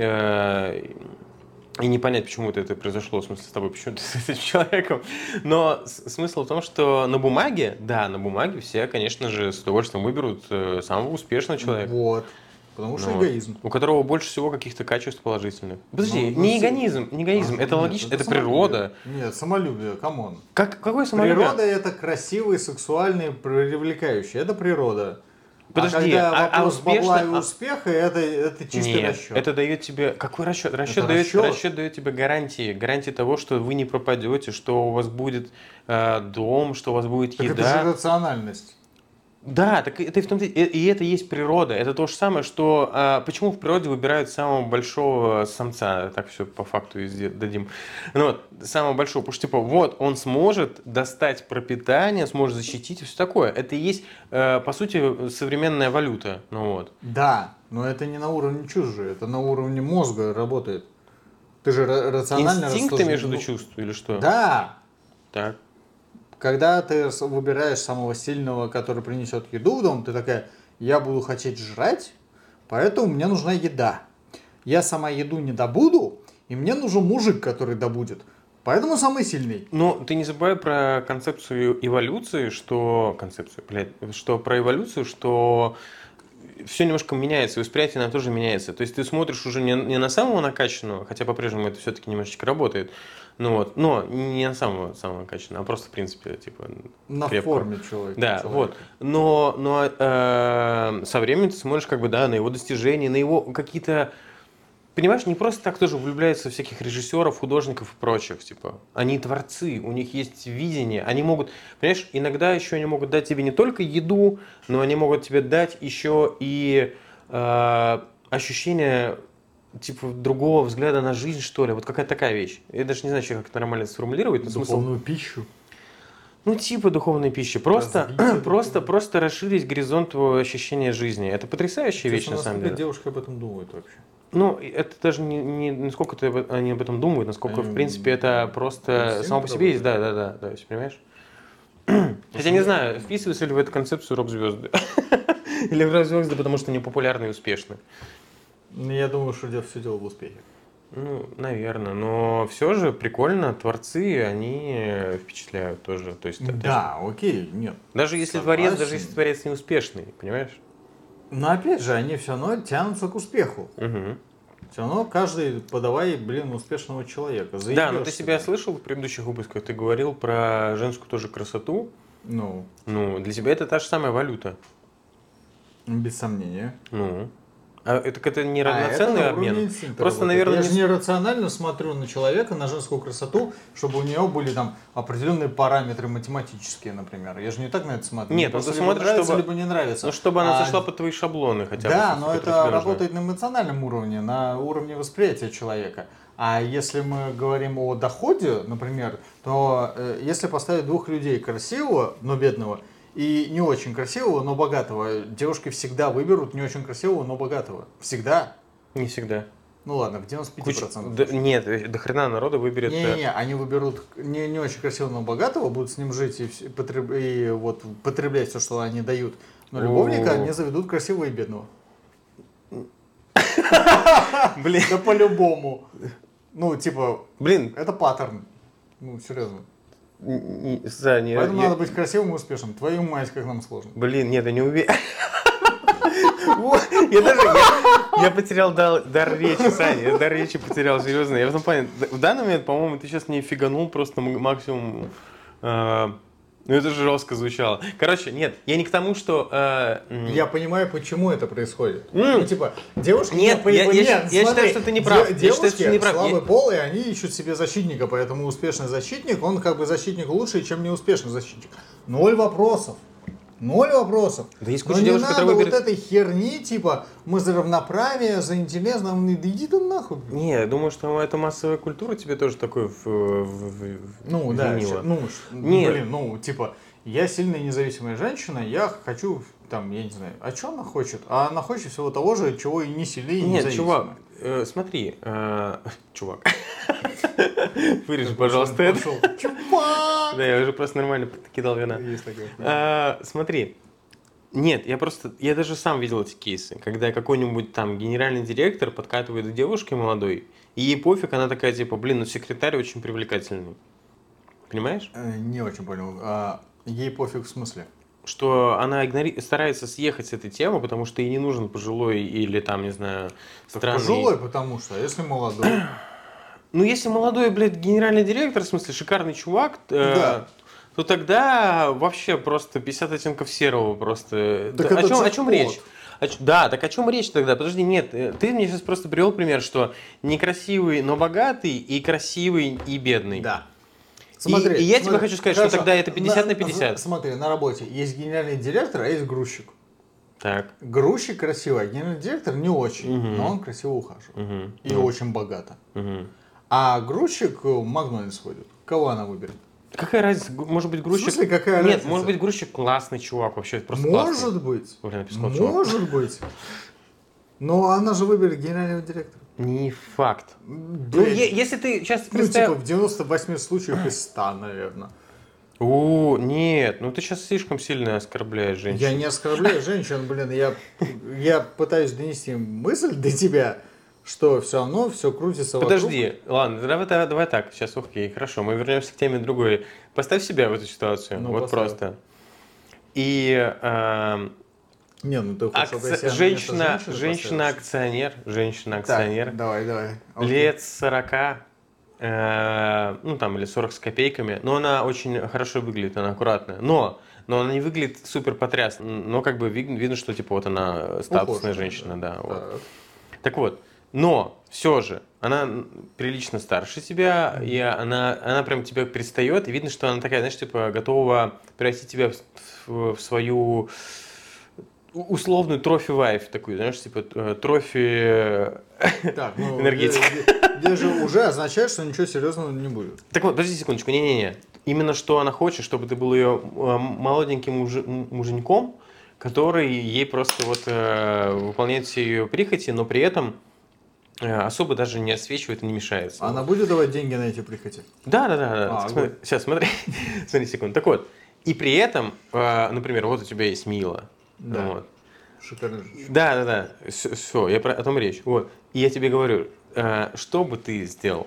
И не понять, почему это произошло, в смысле, с тобой, почему ты с этим человеком. Но смысл в том, что на бумаге все, конечно же, с удовольствием выберут самого успешного человека. Вот. Потому что эгоизм. У которого больше всего каких-то качеств положительных. Подожди, не эгоизм, это логично, это природа. Нет, самолюбие, камон. Какое самолюбие? Природа это красивый, сексуальный, привлекающий. Это природа. Подожди, вопрос бабла и успеха, это чистый расчет. Это дает тебе... Какой расчет? Расчет дает тебе гарантии. Гарантии того, что вы не пропадете, что у вас будет дом, что у вас будет еда. Это же рациональность. Да, так это в том-то и это есть природа. Это то же самое, что почему в природе выбирают самого большого самца, так все по факту дадим. Ну, вот, самого большого, потому что типа вот он сможет достать пропитание, сможет защитить и все такое. Это и есть по сути современная валюта. Ну вот. Да, но это не на уровне чужие, это на уровне мозга работает. Ты же рационально рассуждаешь. Инстинкты между чувств или что? Да. Так. Когда ты выбираешь самого сильного, который принесет еду в дом, ты такая, я буду хотеть жрать, поэтому мне нужна еда. Я сама еду не добуду, и мне нужен мужик, который добудет. Поэтому самый сильный. Но ты не забывай про концепцию эволюции, что про эволюцию, что все немножко меняется, восприятие нам тоже меняется. То есть ты смотришь уже не на самого накачанного, хотя по-прежнему это все-таки немножечко работает, но не на самого накачанного, а просто в принципе типа на крепко. Форме человека. Да, вот. Но со временем ты смотришь как бы на его достижения, на его какие-то. Понимаешь, не просто так тоже влюбляются в всяких режиссеров, художников и прочих, типа. Они творцы, у них есть видение, они могут, понимаешь, иногда еще они могут дать тебе не только еду, но они могут тебе дать еще и ощущение типа другого взгляда на жизнь, что ли. Вот какая-то такая вещь. Я даже не знаю, как это нормально сформулировать. Духовную пищу. Ну, типа духовной пищи. Просто расширить горизонт твоего ощущения жизни. Это потрясающая вещь, на самом деле. Девушка об этом думает вообще. Ну, это даже не насколько они об этом думают, насколько, в принципе, это просто само по себе есть. Да, понимаешь? Хотя не знаю, вписываются ли в эту концепцию рок-звезды. Или рок-звезды, потому что они популярны и успешны. Я думаю, что все дело в успехе. Ну, наверное, но все же прикольно, творцы, они впечатляют тоже. То есть, да, окей, нет. Даже если творец не успешный, понимаешь? Но опять же, они все равно тянутся к успеху. Угу. Все равно каждый подавай, успешного человека. Да, но ты себя слышал в предыдущих выпусках, ты говорил про женскую тоже красоту. Ну, для тебя это та же самая валюта. Без сомнения. Это не равноценный обмен? Просто, наверное, я же не рационально смотрю на человека, на женскую красоту, чтобы у нее были там определенные параметры математические, например. Я же не так на это смотрю. Нет, ты смотришь, нравится, либо не нравится. Ну, чтобы она зашла под твои шаблоны хотя бы. Да, но это работает на эмоциональном уровне, на уровне восприятия человека. А если мы говорим о доходе, например, то если поставить двух людей красивого, но бедного, и не очень красивого, но богатого, девушки всегда выберут не очень красивого, но богатого. Всегда. Не всегда. Ну ладно, в 95%. Нет, до хрена народа выберет... Не, они выберут не очень красивого, но богатого, будут с ним жить и вот потреблять все, что они дают. Но любовника они заведут красивого и бедного. Блин. Да по-любому. Ну, типа, блин, это паттерн. Ну, серьезно. Саня, поэтому надо быть красивым и успешным. Твою мать, как нам сложно. Блин, нет, я не уверен. Я потерял дар речи, Саня. Я дар речи потерял, серьезно. Я в этом плане. В данный момент, по-моему, ты сейчас не фиганул просто максимум Ну это же жестко звучало. Короче, нет, я не к тому, что... Я понимаю, почему это происходит. Ну, типа, девушки... Нет, я считаю, что ты не прав. Девушки слабый пол, и они ищут себе защитника, поэтому успешный защитник, он как бы защитник лучше, чем неуспешный защитник. 0 вопросов. Да есть куча но девушек, не надо вот этой херни, типа, мы за равноправие, за интерес, да иди ты нахуй. Не, я думаю, что эта массовая культура тебе тоже такое ну, да, Нет. Блин, ну, типа, я сильная независимая женщина, я хочу, там, я не знаю, а что она хочет? А она хочет всего того же, чего и не сильнее, и независимая. Нет, чувак, смотри, чувак, вырежи, пожалуйста, это. Чувак! Да, я уже просто нормально кидал вина. Есть такое. Смотри, нет, я даже сам видел эти кейсы, когда какой-нибудь там генеральный директор подкатывает к девушке молодой, и ей пофиг, она такая типа, блин, ну секретарь очень привлекательный. Понимаешь? Не очень понял. Ей пофиг в смысле? Что она старается съехать с этой темы, потому что ей не нужен пожилой или там, не знаю, странный... Пожилой, потому что, а если молодой? Ну, если молодой, блядь, генеральный директор, в смысле, шикарный чувак, да. то тогда вообще просто 50 оттенков серого просто. Так о чем речь? Да, так о чем речь тогда? Подожди, нет, ты мне сейчас просто привел пример, что некрасивый, но богатый, и красивый, и бедный. Да. Смотри, и я тебе хочу сказать, хорошо, что тогда это 50 на 50. Смотри, на работе есть генеральный директор, а есть грузчик. Так. Грузчик красивый, а генеральный директор не очень, но он красиво ухаживает. И очень богато. А грузчик в Макдональдс ходит. Кого она выберет? Какая разница? Может быть, грузчик... В смысле, какая разница? Нет, может быть, грузчик классный чувак вообще. Просто может классный. Быть. Блин, может быть. Но она же выберет генерального директора. Не факт. Ну, если ты сейчас представил... типа в 98 случаях из 100, наверное. Нет, ну ты сейчас слишком сильно оскорбляешь женщин. Я не оскорбляю женщин, блин, я пытаюсь донести мысль до тебя, что все равно все крутится вокруг. Подожди, ладно, давай так, сейчас окей, хорошо, мы вернемся к теме другой. Поставь себя в эту ситуацию, вот поставь. Просто. И не, ну ты хочешь, женщина-акционер, Так, давай. Лет 40, ну там, или 40 с копейками, но она очень хорошо выглядит, она аккуратная, но она не выглядит супер потрясно, но как бы видно, что типа вот она статусная женщина, да. Вот. Так вот, но все же, она прилично старше тебя, и она прям тебя пристает, и видно, что она такая, знаешь, типа готова превратить тебя в свою условную трофи-вайф, такую, знаешь, типа трофи энергетики. Где же уже означает, что ничего серьезного не будет. Так вот, подожди секундочку, не-не-не. Именно что она хочет, чтобы ты был ее молоденьким муженьком, который ей просто вот выполняет все ее прихоти, но при этом особо даже не отсвечивает и не мешается. Она будет давать деньги на эти прихоти? Да. Сейчас, смотри секунду. Так вот, и при этом, например, вот у тебя есть Мила. Да. Вот. Шикарно. Да. Все, о том речь. Вот. И я тебе говорю, что бы ты сделал?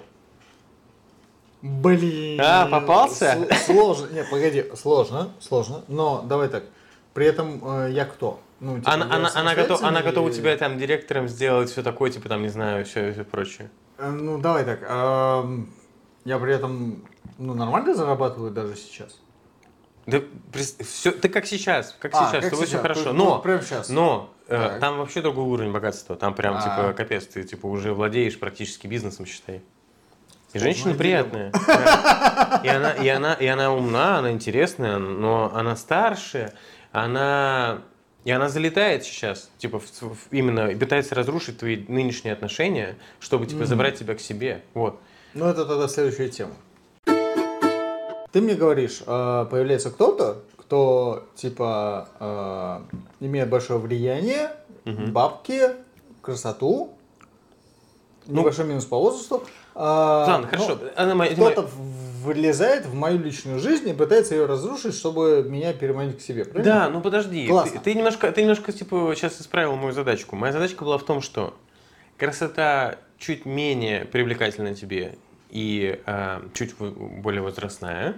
Блин. Попался? Сложно. Нет, погоди, сложно. Но давай так. При этом я кто? Ну, типа, она готова тебя там директором сделать, все такое, типа там, не знаю, все прочее. Ну, давай так. Я при этом нормально зарабатываю даже сейчас. Да, ты как сейчас, с тобой все хорошо. Но прямо сейчас. Там вообще другой уровень богатства. Там прям типа капец, ты типа уже владеешь практически бизнесом, считай. И женщина приятная. И она умна, она интересная, но она старше, она залетает сейчас, типа именно пытается разрушить твои нынешние отношения, чтобы типа забрать тебя к себе. Вот. Ну это тогда следующая тема. Ты мне говоришь, появляется кто-то, кто типа имеет большое влияние, бабки, красоту, небольшой минус по возрасту. Ладно, хорошо. Кто-то влезает в мою личную жизнь и пытается ее разрушить, чтобы меня переманить к себе. Правильно? Да, ну подожди. Ты немножко типа сейчас исправил мою задачку. Моя задачка была в том, что красота чуть менее привлекательна тебе и чуть более возрастная.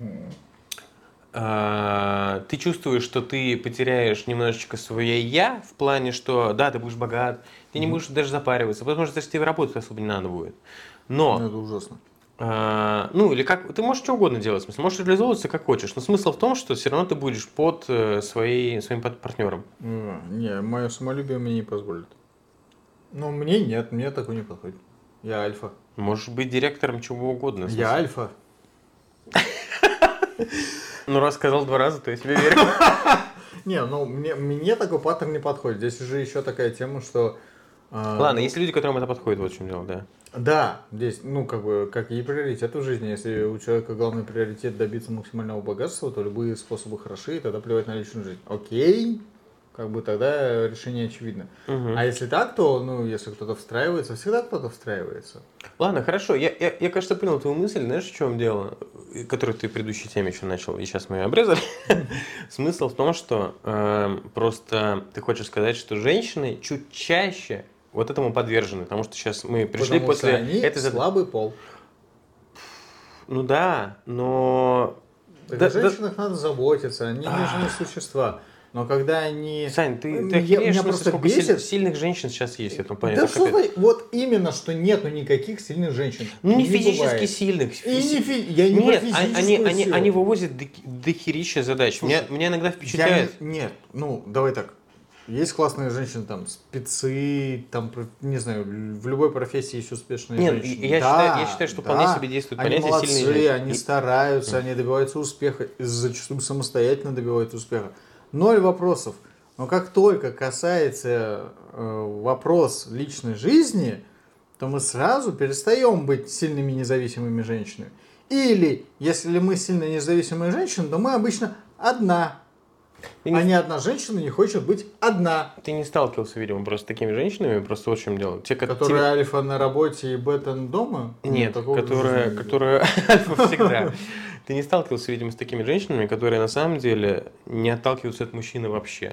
Ты чувствуешь, что ты потеряешь немножечко свое «я» в плане, что да, ты будешь богат, ты не будешь даже запариваться, потому что даже тебе работать особо не надо будет. Но это ужасно. Ну, или как... Ты можешь что угодно делать, в смысле, можешь реализовываться как хочешь, но смысл в том, что все равно ты будешь под своим партнером. Не, мое самолюбие мне не позволит. Ну, мне нет, мне такой не подходит. Я альфа. Можешь быть директором чего угодно. Я альфа. Ну, раз сказал 2 раза, то я тебе верю. Не, ну, мне такой паттерн не подходит. Здесь уже еще такая тема, что... Ладно, есть люди, которым это подходит, вот в чем дело, да. Да, здесь, ну, как бы, как и приоритет в жизни. Если у человека главный приоритет добиться максимального богатства, то любые способы хороши, и тогда плевать на личную жизнь. Окей, как бы тогда решение очевидно. А если так, то, ну, если кто-то встраивается, всегда кто-то встраивается. Ладно, хорошо. Я кажется, понял твою мысль. Знаешь, в чем дело? Которую ты в предыдущей теме еще начал, и сейчас мы ее обрезали. Смысл в том, что просто ты хочешь сказать, что женщины чуть чаще вот этому подвержены, потому что сейчас мы пришли Потому после... что они слабый пол. Ну да, но... Так о женщинах надо заботиться, они нежные существа. Но когда они... Сань, ты охереешь, меня просто сколько сильных женщин сейчас есть в этом плане. Да что ты, вот именно, что нету никаких сильных женщин. Ну не физически сильных. Я не Нет, про физическую силу. они вывозят дохерища задач. Слушай, меня иногда впечатляет. Нет, ну давай так. Есть классные женщины, там, спецы, там, не знаю, в любой профессии есть успешные женщины. Я считаю, что вполне себе действует понятие понятие сильные сильные женщины. Они стараются, они добиваются успеха, зачастую самостоятельно добиваются успеха. 0 вопросов. Но как только касается вопрос личной жизни, то мы сразу перестаем быть сильными независимыми женщинами. Или, если мы сильно независимые женщины, то мы обычно одна. Не одна женщина не хочет быть одна. Ты не сталкивался, видимо, просто с такими женщинами, просто вот в чем дело. Которые альфа на работе и бета дома? Нет, которые альфа всегда. Ты не сталкивался, видимо, с такими женщинами, которые на самом деле не отталкиваются от мужчины вообще.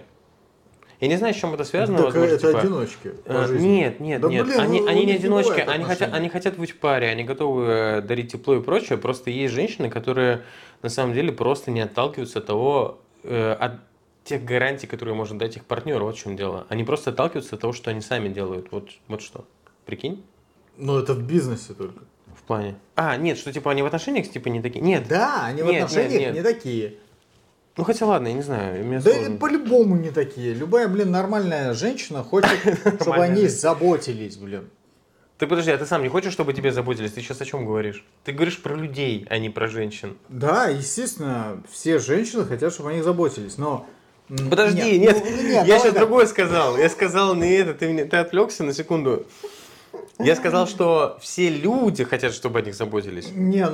Я не знаю, с чем это связано. Так возможно, это одиночки. Нет. Они не одиночки, они хотят быть в паре, они готовы дарить тепло и прочее. Просто есть женщины, которые на самом деле просто не отталкиваются от того, от тех гарантий, которые может дать их партнер. Вот в чем дело. Они просто отталкиваются от того, что они сами делают. Вот что. Прикинь? Ну, это в бизнесе только. В плане? Нет, что типа они в отношениях типа не такие. Нет. Да, они в отношениях не такие. Ну, хотя ладно, я не знаю. Да по-любому не такие. Любая, нормальная женщина хочет, чтобы о ней заботились, Ты подожди, а ты сам не хочешь, чтобы тебе заботились? Ты сейчас о чем говоришь? Ты говоришь про людей, а не про женщин. Да, естественно, все женщины хотят, чтобы о них заботились, но... Подожди, нет, я сейчас другое сказал. Я сказал не это, ты отвлекся на секунду. Я сказал, что все люди хотят, чтобы о них заботились.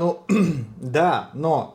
Да, но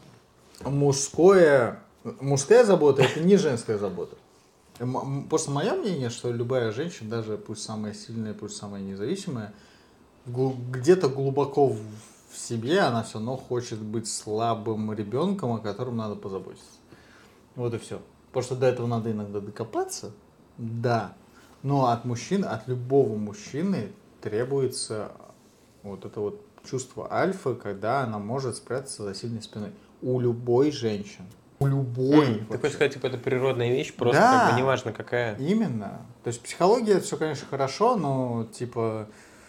мужская забота – это не женская забота. Просто мое мнение, что любая женщина, даже пусть самая сильная, пусть самая независимая, где-то глубоко в себе она все равно хочет быть слабым ребенком, о котором надо позаботиться. Вот и все. Потому что до этого надо иногда докопаться, да. Но от любого мужчины требуется вот это вот чувство альфа, когда она может спрятаться за сильной спиной. У любой женщины. У любой. Ты хочешь сказать, типа, это природная вещь, просто как бы неважно какая. Именно. То есть психология, это все, конечно, хорошо, но типа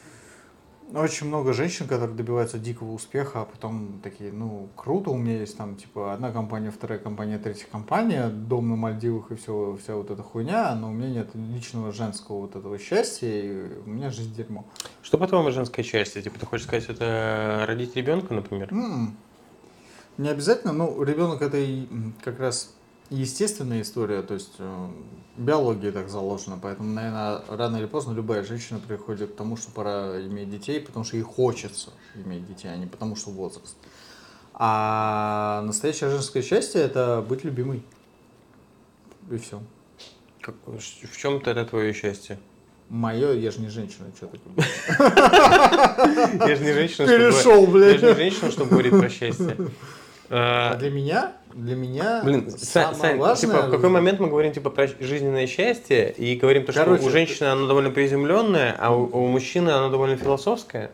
очень много женщин, которые добиваются дикого успеха, а потом такие, круто, у меня есть там, типа, одна компания, вторая компания, третья компания, дом на Мальдивах и вся вот эта хуйня, но у меня нет личного женского вот этого счастья, и у меня жизнь дерьмо. Что, по-твоему, женское счастье? Типа, ты хочешь сказать, это родить ребенка, например? Не обязательно, ребенок это как раз естественная история, то есть биология так заложена, поэтому, наверное, рано или поздно любая женщина приходит к тому, что пора иметь детей, потому что ей хочется иметь детей, а не потому что возраст. А настоящее женское счастье – это быть любимой. И все. В чем тогда твое счастье? Мое, я же не женщина, что ты Я же не женщина, перешел, блядь. Я же не женщина, чтобы говорить про счастье. А для меня самое важное... Типа, в какой момент мы говорим типа про жизненное счастье и говорим, что у женщины оно довольно приземленное, а у мужчины оно довольно философское?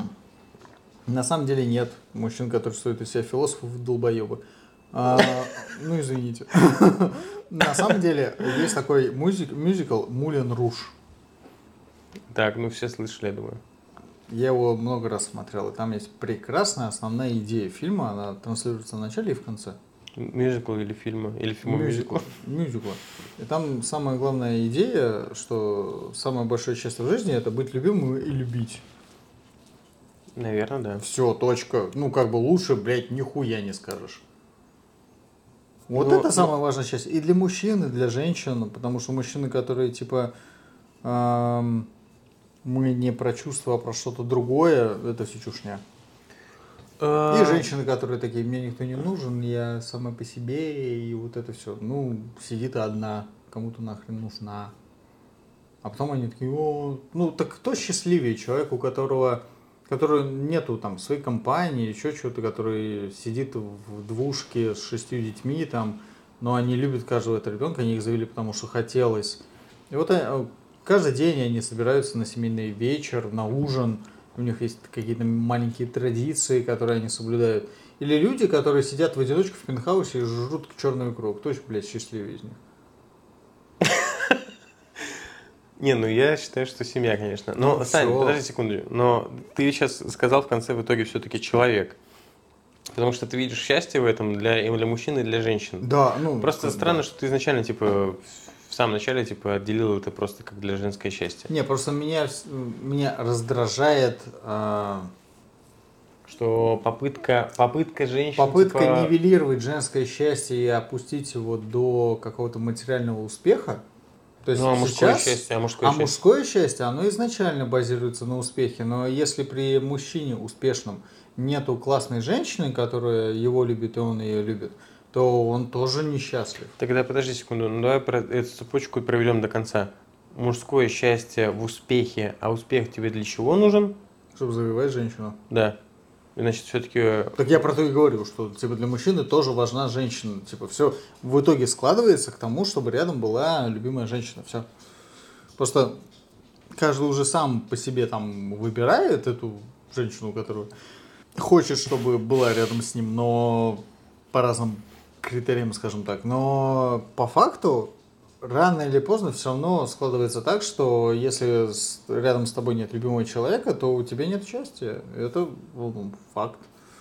На самом деле нет. Мужчин, которые строят из себя философов, долбоебы. Извините. На самом деле есть такой мюзикл «Мулен Руж». Так, все слышали, я думаю. Я его много раз смотрел, и там есть прекрасная основная идея фильма, она транслируется в начале и в конце. Мюзикл или фильма? Или мюзикл? Мюзикл. И там самая главная идея, что самое большое счастье в жизни – это быть любимым и любить. Наверное, да. Все, точка. Ну, как бы лучше, блядь, нихуя не скажешь. Вот это самое важное счастье. И для мужчин, и для женщин. Потому что мужчины, которые, типа, мы не про чувства, а про что-то другое, это все чушня. И женщины, которые такие, мне никто не нужен, я сама по себе, и вот это все. Ну, сидит одна, кому-то нахрен нужна. А потом они такие, ну, так кто счастливее? Человек, у которого нету там своей компании, еще чего-то, который сидит в двушке с 6 детьми, там, но они любят каждого этого ребенка, они их завели, потому что хотелось. И вот каждый день они собираются на семейный вечер, на ужин, у них есть какие-то маленькие традиции, которые они соблюдают. Или люди, которые сидят в одиночку в пентхаусе и жрут черную икру. Кто еще, блядь, счастливее из них? Не, ну я считаю, что семья, конечно. Но, Сань, подожди секунду. Но ты сейчас сказал в конце в итоге все-таки человек. Потому что ты видишь счастье в этом для мужчин и для женщин. Да, ну... Просто странно, что ты изначально, типа, в самом начале, типа, отделил это просто как для женское счастье. Не, просто меня раздражает... Что попытка женщин... Попытка нивелировать женское счастье и опустить его до какого-то материального успеха. То есть мужское счастье, оно изначально базируется на успехе, но если при мужчине успешном нету классной женщины, которая его любит и он ее любит, то он тоже несчастлив. Тогда подожди секунду, ну давай эту цепочку проведем до конца. Мужское счастье в успехе, а успех тебе для чего нужен? Чтобы завоевать женщину. Да. Значит, все-таки... Так я про то и говорю, что типа для мужчины тоже важна женщина. Типа все в итоге складывается к тому, чтобы рядом была любимая женщина. Все. Просто каждый уже сам по себе там выбирает эту женщину, которую хочет, чтобы была рядом с ним, но по разным критериям, скажем так. Но по факту рано или поздно все равно складывается так, что если рядом с тобой нет любимого человека, то у тебя нет счастья. Это факт.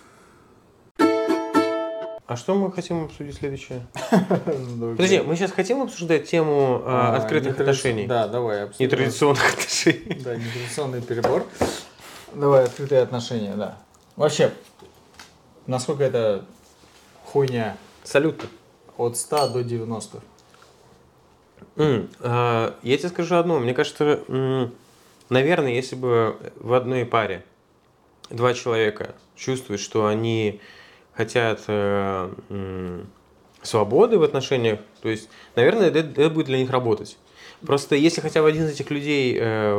А что мы хотим обсудить следующее? Подожди, мы сейчас хотим обсуждать тему открытых отношений? Да, давай обсудим. Нетрадиционных отношений. Да, нетрадиционный перебор. Давай, открытые отношения, да. Вообще, насколько это хуйня? Салют. От 100 до 90. Я тебе скажу одно. Мне кажется, наверное, если бы в одной паре два человека чувствуют, что они хотят свободы в отношениях, то есть, наверное, это будет для них работать. Просто если хотя бы один из этих людей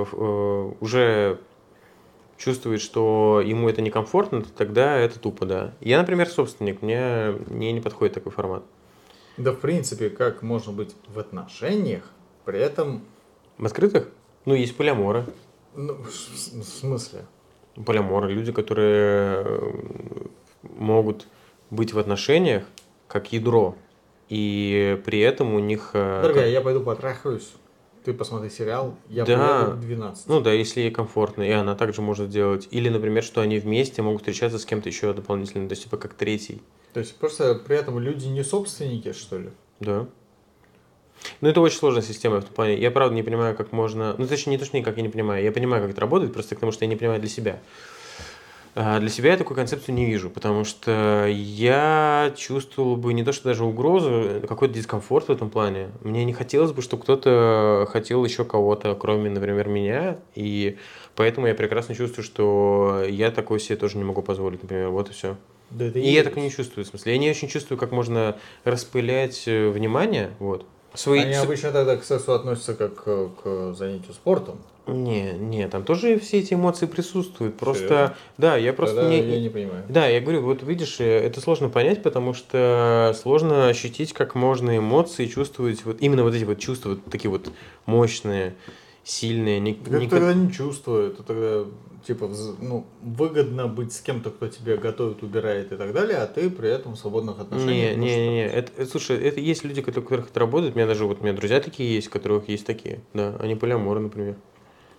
уже чувствует, что ему это некомфортно, то тогда это тупо, да. Я, например, собственник, мне не подходит такой формат. Да, в принципе, как можно быть в отношениях, при этом... В открытых? Ну, есть полиаморы. Ну, в смысле? Полиаморы. Люди, которые могут быть в отношениях как ядро, и при этом у них... Дорогая, я пойду потрахаюсь. Ты посмотри сериал, я приеду в 12. Ну да, если ей комфортно, и она также может делать. Или, например, что они вместе могут встречаться с кем-то еще дополнительно, то есть типа как третий. То есть просто при этом люди не собственники, что ли? Да. Ну это очень сложная система в этом плане. Я правда не понимаю, как можно... Ну точнее, не то, что никак я не понимаю. Я понимаю, как это работает, просто потому что я не понимаю для себя. Для себя я такую концепцию не вижу, потому что я чувствовал бы не то, что даже угрозу, какой-то дискомфорт в этом плане. Мне не хотелось бы, чтобы кто-то хотел еще кого-то, кроме, например, меня, и поэтому я прекрасно чувствую, что я такое себе тоже не могу позволить, например, вот и все. Да, и я такое не чувствую, в смысле. Я не очень чувствую, как можно распылять внимание, вот. Они обычно тогда к сексу относятся как к занятию спортом. Не, там тоже все эти эмоции присутствуют. Просто, серьезно? Да, я просто тогда я не понимаю. Да, я говорю, вот видишь, это сложно понять, потому что сложно ощутить, как можно эмоции чувствовать, вот именно вот эти вот чувства, вот такие вот мощные, сильные. Тогда не чувствую, это тогда типа выгодно быть с кем-то, кто тебе готовит, убирает и так далее, а ты при этом в свободных отношениях. Не. Слушай, это есть люди, у которых это работает. У меня друзья такие есть, у которых есть такие. Да, они полиаморы, например.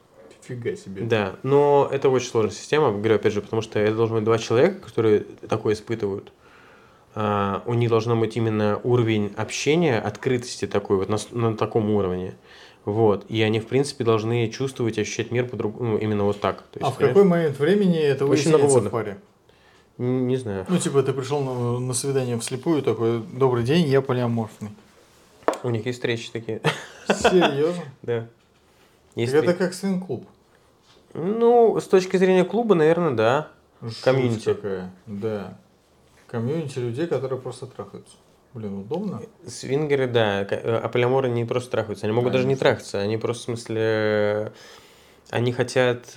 Фига себе. Да, но это очень сложная система, говорю опять же, потому что это должны быть два человека, которые такое испытывают. У них должно быть именно уровень общения, открытости такой вот на таком уровне. Вот. И они, в принципе, должны чувствовать, ощущать мир по-другому, ну, именно вот так. То есть, в какой момент времени это выясняется в паре? Не знаю. Ну, типа, ты пришел на свидание вслепую, такой, добрый день, я полиаморфный. У них есть встречи такие. Серьезно? Да. Это как свин-клуб. Ну, с точки зрения клуба, наверное, да. Комьюнити какая, да. Комьюнити людей, которые просто трахаются. Блин, удобно. Свингеры, да. А полиаморы не просто трахаются. Они могут даже не трахаться. Они просто, в смысле, они хотят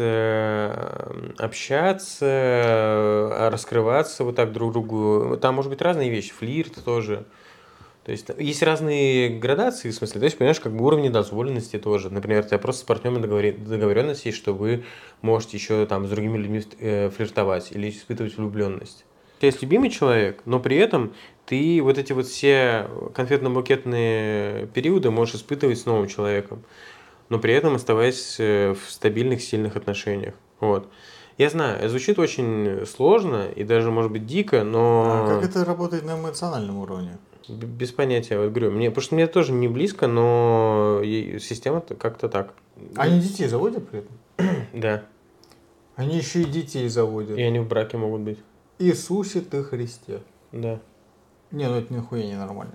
общаться, раскрываться вот так друг другу. Там может быть разные вещи. Флирт тоже. То есть есть разные градации, в смысле, то есть, понимаешь, как бы уровни дозволенности тоже. Например, у тебя просто с партнером договоренность есть, что вы можете еще там с другими людьми флиртовать или испытывать влюбленность. У тебя есть любимый человек, но при этом ты вот эти вот все конфетно-букетные периоды можешь испытывать с новым человеком, но при этом оставаясь в стабильных, сильных отношениях. Вот. Я знаю, звучит очень сложно и даже, может быть, дико, но... А как это работает на эмоциональном уровне? Без понятия, вот говорю. Потому что мне тоже не близко, но система-то как-то так. Они детей заводят при этом? Да. Они еще и детей заводят. И они в браке могут быть. Иисусе ты Христе. Да. Не, ну это нихуя не нормально.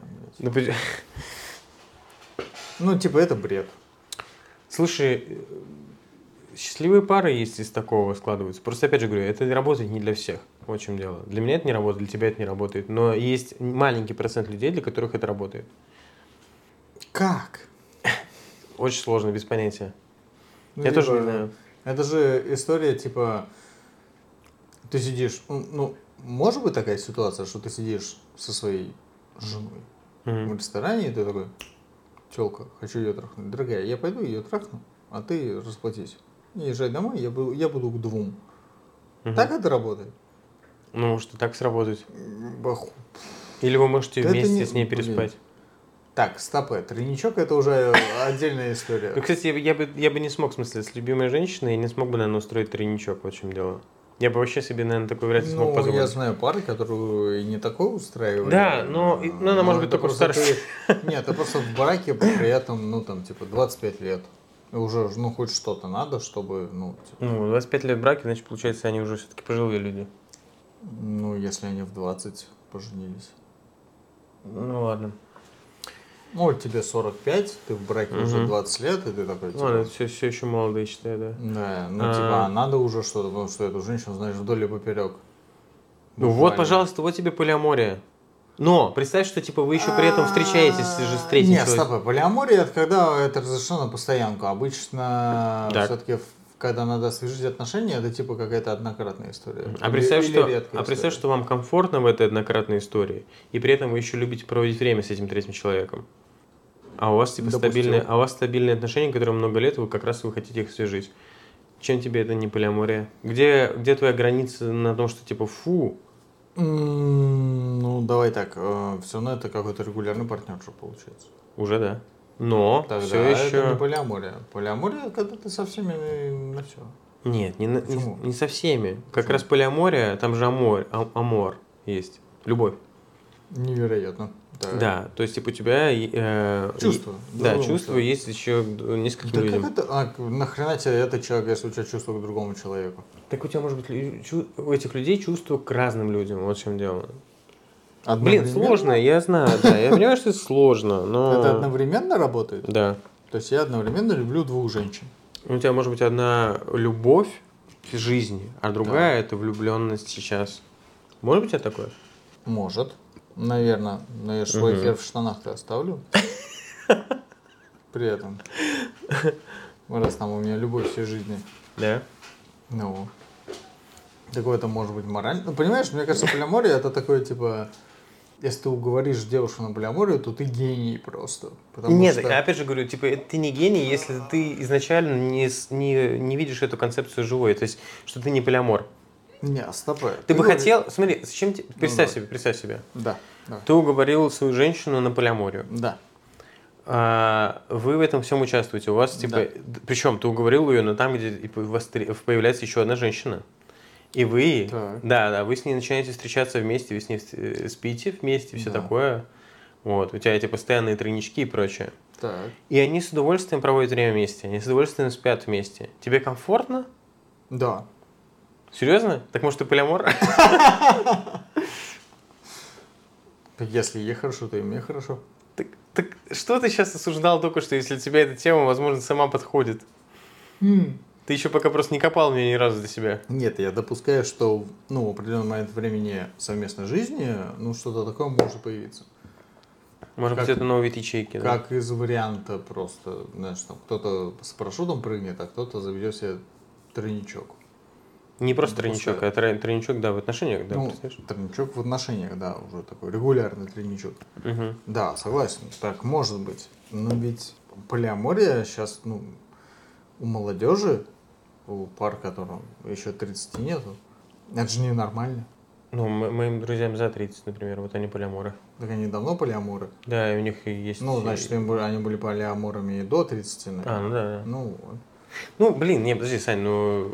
Ну, типа, это бред. Слушай, счастливые пары есть из такого складываются. Просто, опять же говорю, это работает не для всех. Вот в чем дело. Для меня это не работает, для тебя это не работает. Но есть маленький процент людей, для которых это работает. Как? Очень сложно, без понятия. Я тоже не знаю. Это же история, типа, ты сидишь, может быть такая ситуация, что ты сидишь со своей женой в ресторане, и ты такой, тёлка, хочу ее трахнуть. Дорогая, я пойду ее трахну, а ты расплатись. Езжай домой, я буду к 2. Так это работает? Ну, может и так сработать. Или вы можете вместе с ней переспать. Так, стопэ. Тройничок это уже отдельная история. Ну, кстати, я бы не смог, в смысле, с любимой женщиной, я не смог бы, наверное, устроить тройничок, вот в чем дело. Я бы вообще себе, наверное, такой вряд ли смог позволить. Я знаю пары, которые не такое устраивают. Да, но она может быть только старше. Нет, ты просто в браке, при этом, 25 лет. Уже, хоть что-то надо, чтобы, 25 лет в браке, значит, получается, они уже все-таки пожилые люди. Если они в 20 поженились. Ну, ладно. Вот тебе 45, ты в браке уже 20 лет, и ты такой, типа... Ладно, все еще молодые, считаю, да. Да, надо уже что-то, потому что эту женщину знаешь вдоль и поперек. Ну вот, пожалуйста, вот тебе полиамория. Но представь, что типа вы еще при этом встречаетесь же с третьим человеком. Нет, стоп, полиамория это когда это разрешено на постоянку. Обычно все-таки когда надо освежить отношения, это типа какая-то однократная история. А представь, что вам комфортно в этой однократной истории, и при этом вы еще любите проводить время с этим третьим человеком. А у вас типа стабильные отношения, которые много лет, вы как раз вы хотите их освежить. Чем тебе это не полиамория? Где твоя граница на том, что типа фу? Давай так, все равно это какой-то регулярный партнер же получается. Уже да. Но тогда все еще... это не полиамория. Полиамория, когда ты со всеми на все. Нет, не со всеми. Как раз полиамория, там же амор есть. Любовь. Невероятно. Да, то есть типа у тебя чувство. Чувство есть еще нескольким людям. Как это? Нахрена тебе этот человек, если у тебя чувство к другому человеку? Так у тебя может быть у этих людей чувство к разным людям, вот в чем дело. Блин, сложно, я знаю, да, я понимаю, что это сложно, но... Это одновременно работает? Да. То есть я одновременно люблю 2 женщин. У тебя может быть одна любовь в жизни, а другая это влюбленность сейчас. Может быть это такое? Может. Наверное. Но я свой эфир в штанах-то оставлю. При этом. Раз там у меня любовь всей жизни. Да? Такое это может быть морально. Понимаешь, мне кажется, полиамория это такое, типа, если ты уговоришь девушку на полиаморию, то ты гений просто. Нет, я опять же говорю, типа, ты не гений, если ты изначально не видишь эту концепцию живой, то есть, что ты не полиамор. Не, стопэ. Ты бы хотел, смотри, зачем представь себе. Да. Ты уговорил свою женщину на полиаморию. Да. Вы в этом всем участвуете. У вас, типа, причем ты уговорил ее, но там, где у вас появляется еще одна женщина. И вы, вы с ней начинаете встречаться вместе, вы с ней спите вместе, все такое. Вот, у тебя эти постоянные тройнички и прочее. Так. И они с удовольствием проводят время вместе, они с удовольствием спят вместе. Тебе комфортно? Да. Серьезно? Так может ты полиамор? Если ей хорошо, то и мне хорошо. Так что ты сейчас осуждал только что, если тебе эта тема, возможно, сама подходит? Ты еще пока просто не копал меня ни разу для себя. Нет, я допускаю, что в определенный момент времени совместной жизни, что-то такое может появиться. Может быть, это новый вид ячейки, да? Как из варианта просто, знаешь, там кто-то с парашютом прыгнет, а кто-то заведет себе тройничок. Не просто тройничок, а тройничок, в отношениях, да, представляешь? Тройничок в отношениях, да, уже такой регулярный тройничок. Угу. Да, согласен, так может быть. Но ведь полиамория сейчас, у молодежи, у пар, которым еще 30 нету, это же ненормально. Моим друзьям за 30, например, вот они полиаморы. Так они давно полиаморы? Да, и у них и есть... значит, они были полиаморами и до 30, наверное. Да. Вот. Подожди, Сань,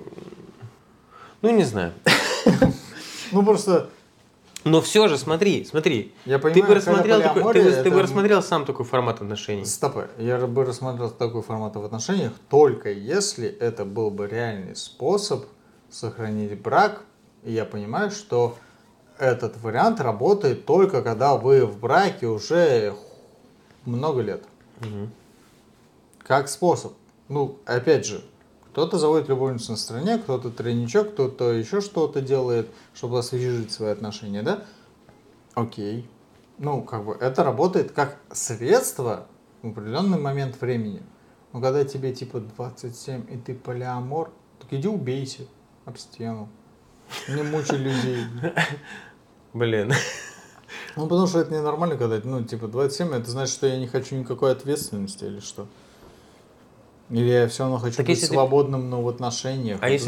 не знаю. Просто... Но все же, смотри. Я понимаю, ты бы рассмотрел сам такой формат отношений. Стоп, я бы рассмотрел такой формат в отношениях, только если это был бы реальный способ сохранить брак, и я понимаю, что этот вариант работает только когда вы в браке уже много лет. Угу. Как способ. Опять же, кто-то заводит любовницу на стороне, кто-то тройничок, кто-то еще что-то делает, чтобы освежить свои отношения, да? Окей. Это работает как средство в определенный момент времени. Но когда тебе 27 и ты полиамор, так иди убейся об стену. Не мучай людей. Блин. Потому что это ненормально, когда 27, это значит, что я не хочу никакой ответственности или что? Или я все равно хочу быть свободным, но в отношениях. А если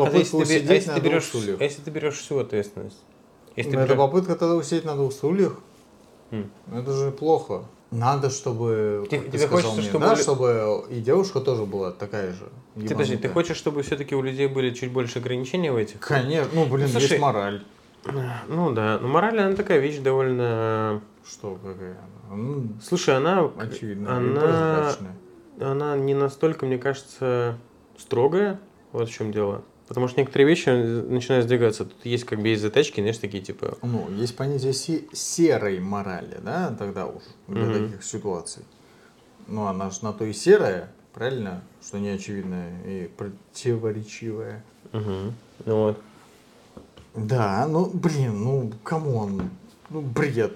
ты берешь всю ответственность? Это попытка тогда усидеть на 2 стульях. Это же плохо. Надо, чтобы, чтобы и девушка тоже была такая же. Подожди, ты хочешь, чтобы все-таки у людей были чуть больше ограничений в этих? Конечно, есть мораль. Да, но мораль, она такая вещь довольно... Что, какая? Слушай, она... Очевидно, она не настолько, мне кажется, строгая, вот в чем дело. Потому что некоторые вещи начинают сдвигаться. Тут есть есть затачки, знаешь, такие типа... Есть понятие серой морали, да, тогда уж для таких ситуаций. Она же на то и серая, правильно? Что не очевидная и противоречивая. Вот. Да, камон. Бред,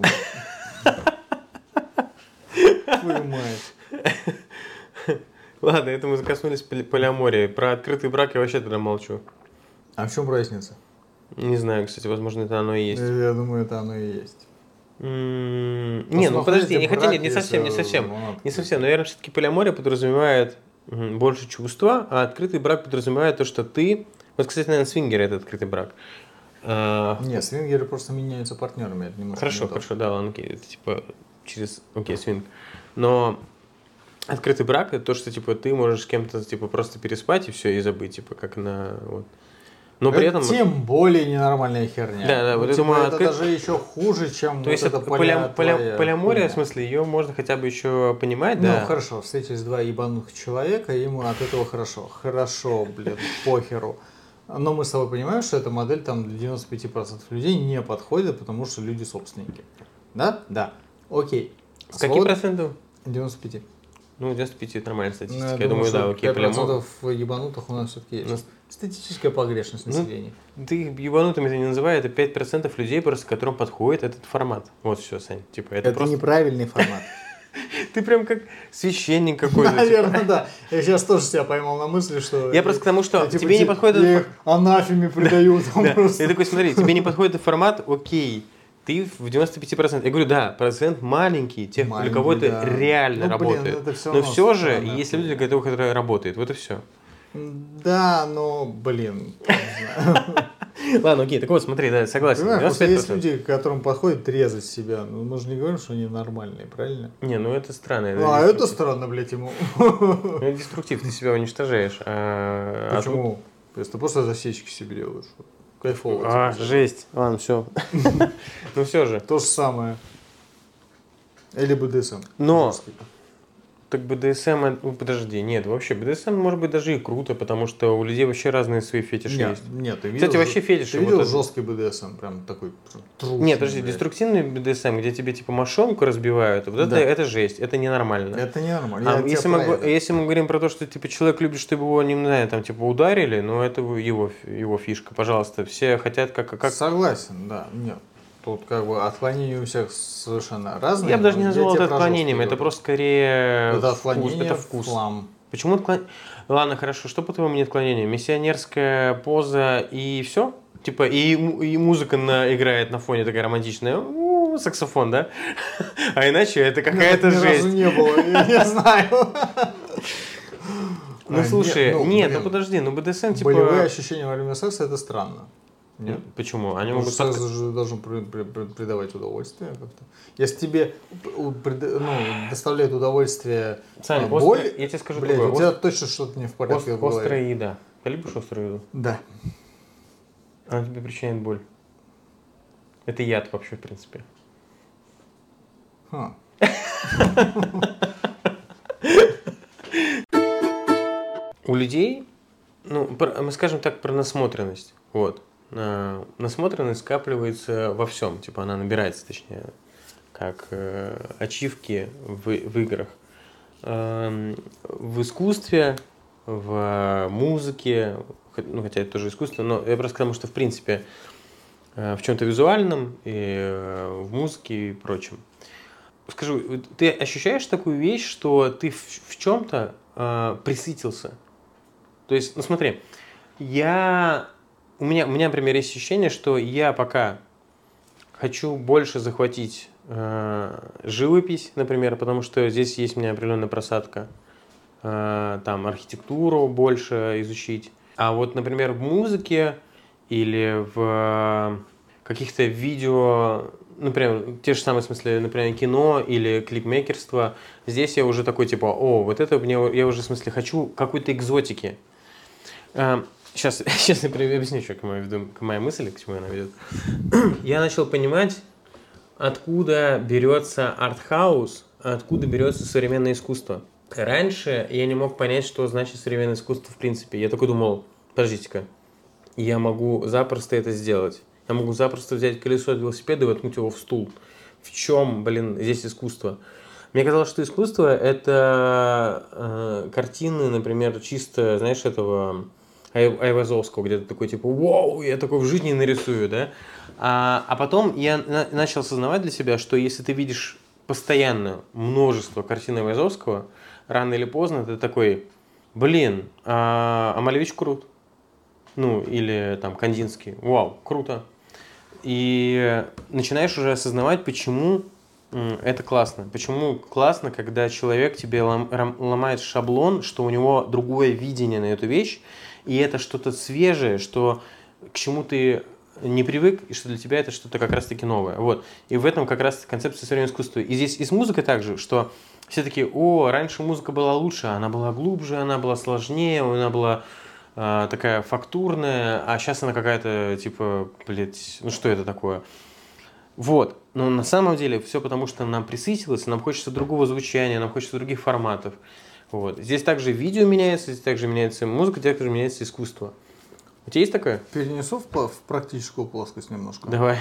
Твою мать. Ладно, это мы коснулись полиамории. Про открытый брак я вообще тогда молчу. А в чем разница? Не знаю, кстати, возможно, это оно и есть. Я думаю, это оно и есть. Подожди, не совсем. Наверное, все-таки полиамория подразумевает больше чувства, а открытый брак подразумевает то, что ты... Вот, кстати, наверное, свингеры — это открытый брак. Нет, свингеры просто меняются партнерами. Это немножко хорошо, да, ладно, это типа через... свинг. Но открытый брак — это то, что ты можешь с кем-то просто переспать и все, и забыть, как на... Вот. Но при этом... Тем более ненормальная херня. Да, я думаю, это даже еще хуже, чем то есть это полиамория, в смысле, ее можно хотя бы еще понимать, да? Хорошо, встретились 2 ебанутых человека, и ему от этого хорошо. Хорошо, похеру. Но мы с тобой понимаем, что эта модель для 95% людей не подходит, потому что люди собственники. Да? Да. Окей. С каких процентов? 95. 95 это нормальная статистика. Я думаю, да, окей. 5% ебанутых у нас все-таки есть. Статистическая погрешность населения. Ты ебанутым это не называй, это 5% людей, просто которым подходит этот формат. Вот все, Сань. Это просто... неправильный формат. Ты прям как священник какой-то. Наверное, да. Я сейчас тоже себя поймал на мысли, что... Я просто к тому, что тебе не подходит... Их анафеме придают. Я такой, смотри, тебе не подходит этот формат, окей. Ты в 95%. Я говорю, да, процент маленький, тех, для кого это реально работает. Но все же есть люди, для которых это работает. Вот и все. Да, но, Ладно, окей, так вот, смотри, да, согласен. Понимаешь, просто есть люди, к которым подходит резать себя. Ну, мы же не говорим, что они нормальные, правильно? Не, ну это странно. Это странно, блядь, ему. Это деструктив, ты себя уничтожаешь. Почему? Ты просто засечки себе делаешь. Кайфово. Жесть. Ладно, все. Ну все же. То же самое. Или БДСМ. Но... Так БДСМ, подожди, нет, вообще БДСМ может быть даже и круто, потому что у людей вообще разные свои фетиши есть. Нет, ты видел, кстати, вообще фетиши. Ты видел жесткий БДСМ, прям такой трушный? Нет, подожди, деструктивный БДСМ, где тебе типа мошонку разбивают, вот это жесть, это ненормально. Это ненормально. Если мы говорим про то, что типа человек любит, чтобы его, не знаю, там типа ударили, ну это его фишка, пожалуйста, все хотят как... Согласен, да, нет. Тут как бы отклонения у всех совершенно разные. Я бы даже не назвал это отклонением, это просто скорее это отклонение, это вкус. Флам. Почему отклонение? Ладно, хорошо, что по-твоему не отклонение? Миссионерская поза и все? Типа и музыка играет на фоне такая романтичная, саксофон, да? А иначе это какая-то жесть. Ни разу не было, я не знаю. Ну слушай, нет, ну подожди, ну БДСМ типа... Болевые ощущения во время секса это странно. Нет? Почему? Они могут секс же должен придавать удовольствие как-то. Если тебе доставляет удовольствие Сань, боль, я тебе скажу блядь, у тебя точно что-то не в порядке в голове. Острая еда. Ты любишь острую еду? Да. Она тебе причиняет боль. Это яд вообще, в принципе. У людей, мы скажем так про насмотренность. Вот. Насмотренность скапливается во всем, типа она набирается, точнее, как ачивки в играх, в искусстве, в музыке, хотя это тоже искусство, но я просто потому что в принципе в чем-то визуальном и в музыке и прочем. Скажу, ты ощущаешь такую вещь, что ты в чем-то присытился? То есть, смотри, у меня, например, есть ощущение, что я пока хочу больше захватить живопись, например, потому что здесь есть у меня определенная просадка, там архитектуру больше изучить. А вот, например, в музыке или в каких-то видео, например, те же самые, в смысле, например, кино или клипмейкерство, здесь я уже такой, типа, вот это я уже, в смысле, хочу какой-то экзотики. Сейчас я объясню, что к моей мысли, к чему она ведет. Я начал понимать, откуда берется артхаус, откуда берется современное искусство. Раньше я не мог понять, что значит современное искусство в принципе. Я такой думал, подождите-ка, я могу запросто это сделать. Я могу запросто взять колесо от велосипеда и воткнуть его в стул. В чем, здесь искусство? Мне казалось, что искусство – это картины, например, чисто, знаешь, этого... Айвазовского, где-то такой, типа, вау, я такой в жизни нарисую, да? А потом я начал осознавать для себя, что если ты видишь постоянно множество картин Айвазовского, рано или поздно ты такой, а Малевич крут. Или там Кандинский, вау, круто. И начинаешь уже осознавать, почему это классно. Почему классно, когда человек тебе ломает шаблон, что у него другое видение на эту вещь, и это что-то свежее, что к чему ты не привык, и что для тебя это что-то как раз-таки новое. Вот. И в этом как раз концепция современного искусства. И здесь и с музыкой также, что все такие, раньше музыка была лучше, она была глубже, она была сложнее, она была такая фактурная, а сейчас она какая-то, типа, что это такое? Вот. Но на самом деле все потому, что нам присытилось, нам хочется другого звучания, нам хочется других форматов. Вот. Здесь также видео меняется, здесь также меняется музыка, здесь также меняется искусство. У тебя есть такое? Перенесу в практическую плоскость немножко. Давай.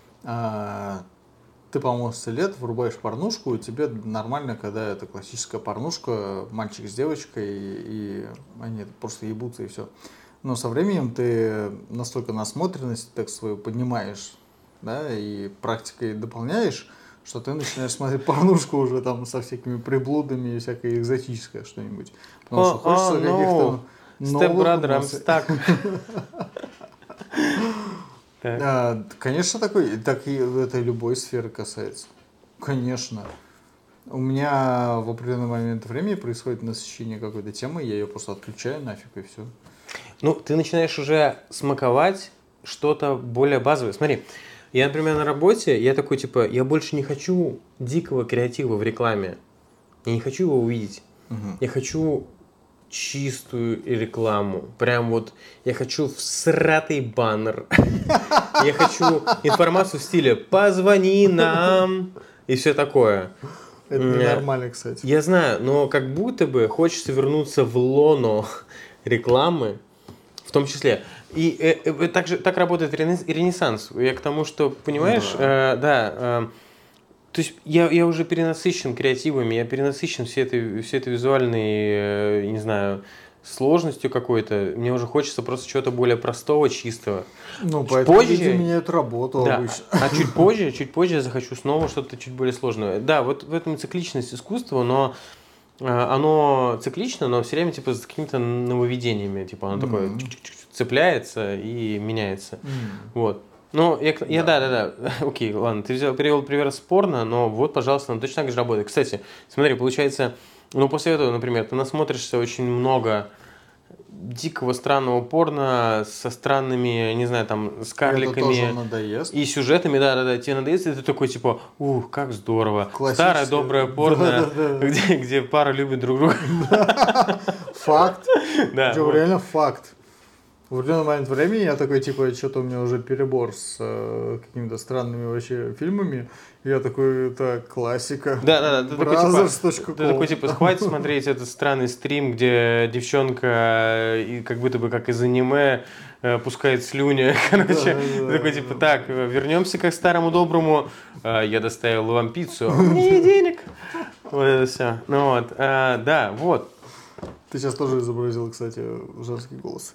Ты, по-моему, 100 лет врубаешь порнушку, и тебе нормально, когда это классическая порнушка, мальчик с девочкой, и они просто ебутся, и все. Но со временем ты настолько насмотренность так свою поднимаешь, да, и практикой дополняешь, что ты начинаешь смотреть порнушку уже там со всякими приблудами и всякое экзотическое что-нибудь. Потому что хочется каких-то Step Brother, I'm stuck. Конечно, так и это любой сферы касается. Конечно. У меня в определенный момент времени происходит насыщение какой-то темы, я ее просто отключаю нафиг и все. Ты начинаешь уже смаковать, что-то более базовое. Смотри, я, например, на работе, я такой, типа, я больше не хочу дикого креатива в рекламе. Я не хочу его увидеть. Я хочу чистую рекламу. Прям вот, я хочу всратый баннер. Я хочу информацию в стиле «позвони нам» и все такое. Это ненормально, кстати. Я знаю, но как будто бы хочется вернуться в лоно рекламы, в том числе. И так работает Ренессанс. Я к тому, что, понимаешь, то есть я уже перенасыщен креативами, я перенасыщен всей этой визуальной, не знаю, сложностью какой-то. Мне уже хочется просто чего-то более простого, чистого. Ну, поэтому люди меняют работу обычно. А чуть позже я захочу снова что-то чуть более сложное. Да, вот в этом цикличность искусства, но оно циклично, но все время типа с какими-то нововведениями. Типа оно такое цепляется и меняется. Вот. Ну, да. Окей, ладно, ты привел пример спорно, но вот, пожалуйста, он точно так же работает. Кстати, смотри, получается, после этого, например, ты насмотришься очень много дикого странного порно со странными, не знаю, там, с карликами и сюжетами, да, тебе надоест, и ты такой, типа, как здорово. Старое доброе порно, где пара любит друг друга. Факт. Да. Реально факт. В определенный момент времени я такой, типа, что-то у меня уже перебор с какими-то странными вообще фильмами. Я такой, это классика. Да. Ты такой, типа, хватит смотреть этот странный стрим, где девчонка, как будто бы как из аниме, пускает слюни. Короче, ты такой, типа, так, вернемся к старому доброму. Я доставил вам пиццу. Мне денег. Вот это все. Ну вот, да, вот. Ты сейчас тоже изобразил, кстати, женский голос.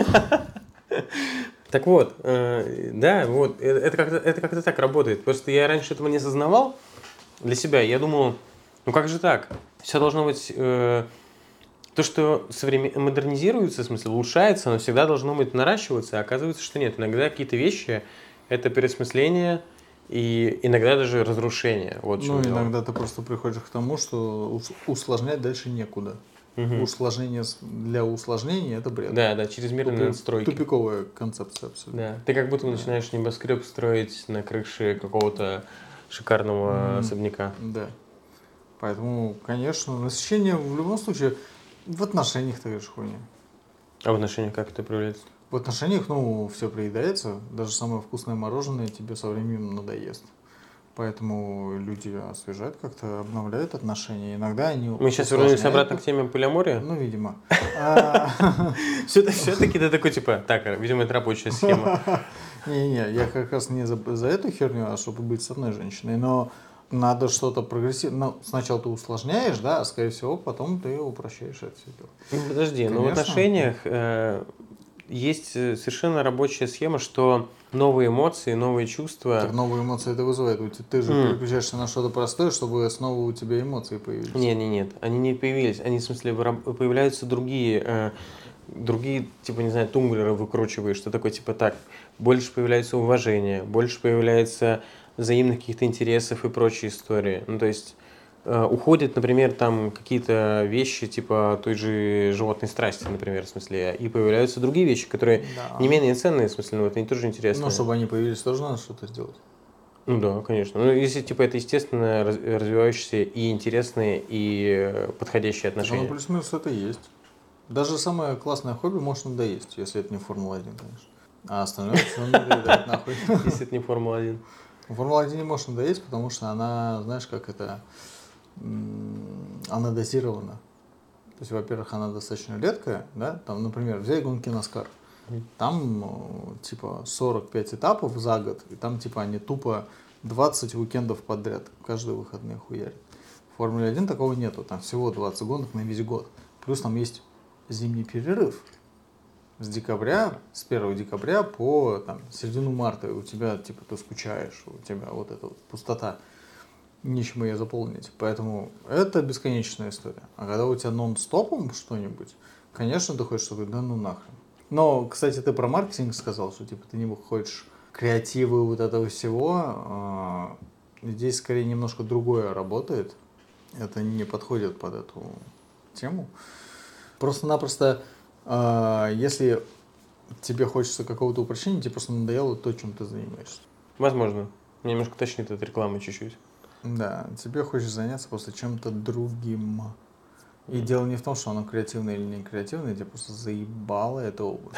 Так вот, да, вот, это как-то так работает. Просто я раньше этого не осознавал для себя. Я думал, как же так? Все должно быть... то, что модернизируется, в смысле, улучшается, оно всегда должно быть наращиваться, а оказывается, что нет. Иногда какие-то вещи – это переосмысление и иногда даже разрушение. Вот иногда ты просто приходишь к тому, что усложнять дальше некуда. Усложнение для усложнения – это бред. Да, чрезмерные настройки. Тупиковая концепция абсолютно. Да, ты как будто начинаешь небоскреб строить на крыше какого-то шикарного особняка. Да. Поэтому, конечно, насыщение в любом случае в отношениях такая же хуйня. А в отношениях как это проявляется? В отношениях, все приедается. Даже самое вкусное мороженое тебе со временем надоест. Поэтому люди освежают как-то, обновляют отношения. Иногда они Мы сейчас вернулись обратно к теме полиамория? Ну, видимо. Все-таки ты такой, типа, так, видимо, это рабочая схема. Не, я как раз не за эту херню, а чтобы быть с одной женщиной. Но надо что-то прогрессивно. Сначала ты усложняешь, да, а скорее всего, потом ты упрощаешь это все дело. Подожди, но в отношениях есть совершенно рабочая схема, что новые эмоции, новые чувства... Так новые эмоции это вызывает. Ты же переключаешься на что-то простое, чтобы снова у тебя эмоции появились. Нет, они не появились. Они, в смысле, появляются другие, типа, не знаю, тумблеры выкручиваешь, что такое, типа, так, больше появляется уважение, больше появляется взаимных каких-то интересов и прочие истории. То есть... уходят, например, там какие-то вещи типа той же животной страсти, например, в смысле, и появляются другие вещи, которые не менее ценные, в смысле, они тоже интересные. Чтобы они появились, тоже надо что-то сделать. Да, конечно. Если типа это естественно развивающиеся и интересные, и подходящие отношения. Плюс-минус это и есть. Даже самое классное хобби может надоесть, если это не Формула-1, конечно. А остальное все надоедает нахуй. Если это не Формула-1. Формула-1 не может надоесть, потому что она, знаешь, как это... она дозирована. То есть, во-первых, она достаточно редкая, да, там, например, взять гонки NASCAR. Там, типа, 45 этапов за год, и там, типа, они тупо 20 уикендов подряд, каждые выходные хуярят. В Формуле 1 такого нету, там всего 20 гонок на весь год. Плюс там есть зимний перерыв. С 1 декабря по середину марта у тебя, типа, ты скучаешь, у тебя вот эта вот пустота. Нечем ее заполнить. Поэтому это бесконечная история. А когда у тебя нон-стопом что-нибудь, конечно, ты хочешь что-то, да ну нахрен. Но, кстати, ты про маркетинг сказал, что типа ты не хочешь креативы вот этого всего. Здесь скорее немножко другое работает. Это не подходит под эту тему. Просто-напросто, если тебе хочется какого-то упрощения, тебе просто надоело то, чем ты занимаешься. Возможно. Меня немножко тошнит от рекламы чуть-чуть. Да, тебе хочется заняться просто чем-то другим. И дело не в том, что оно креативное или не креативное, тебе просто заебало эта область.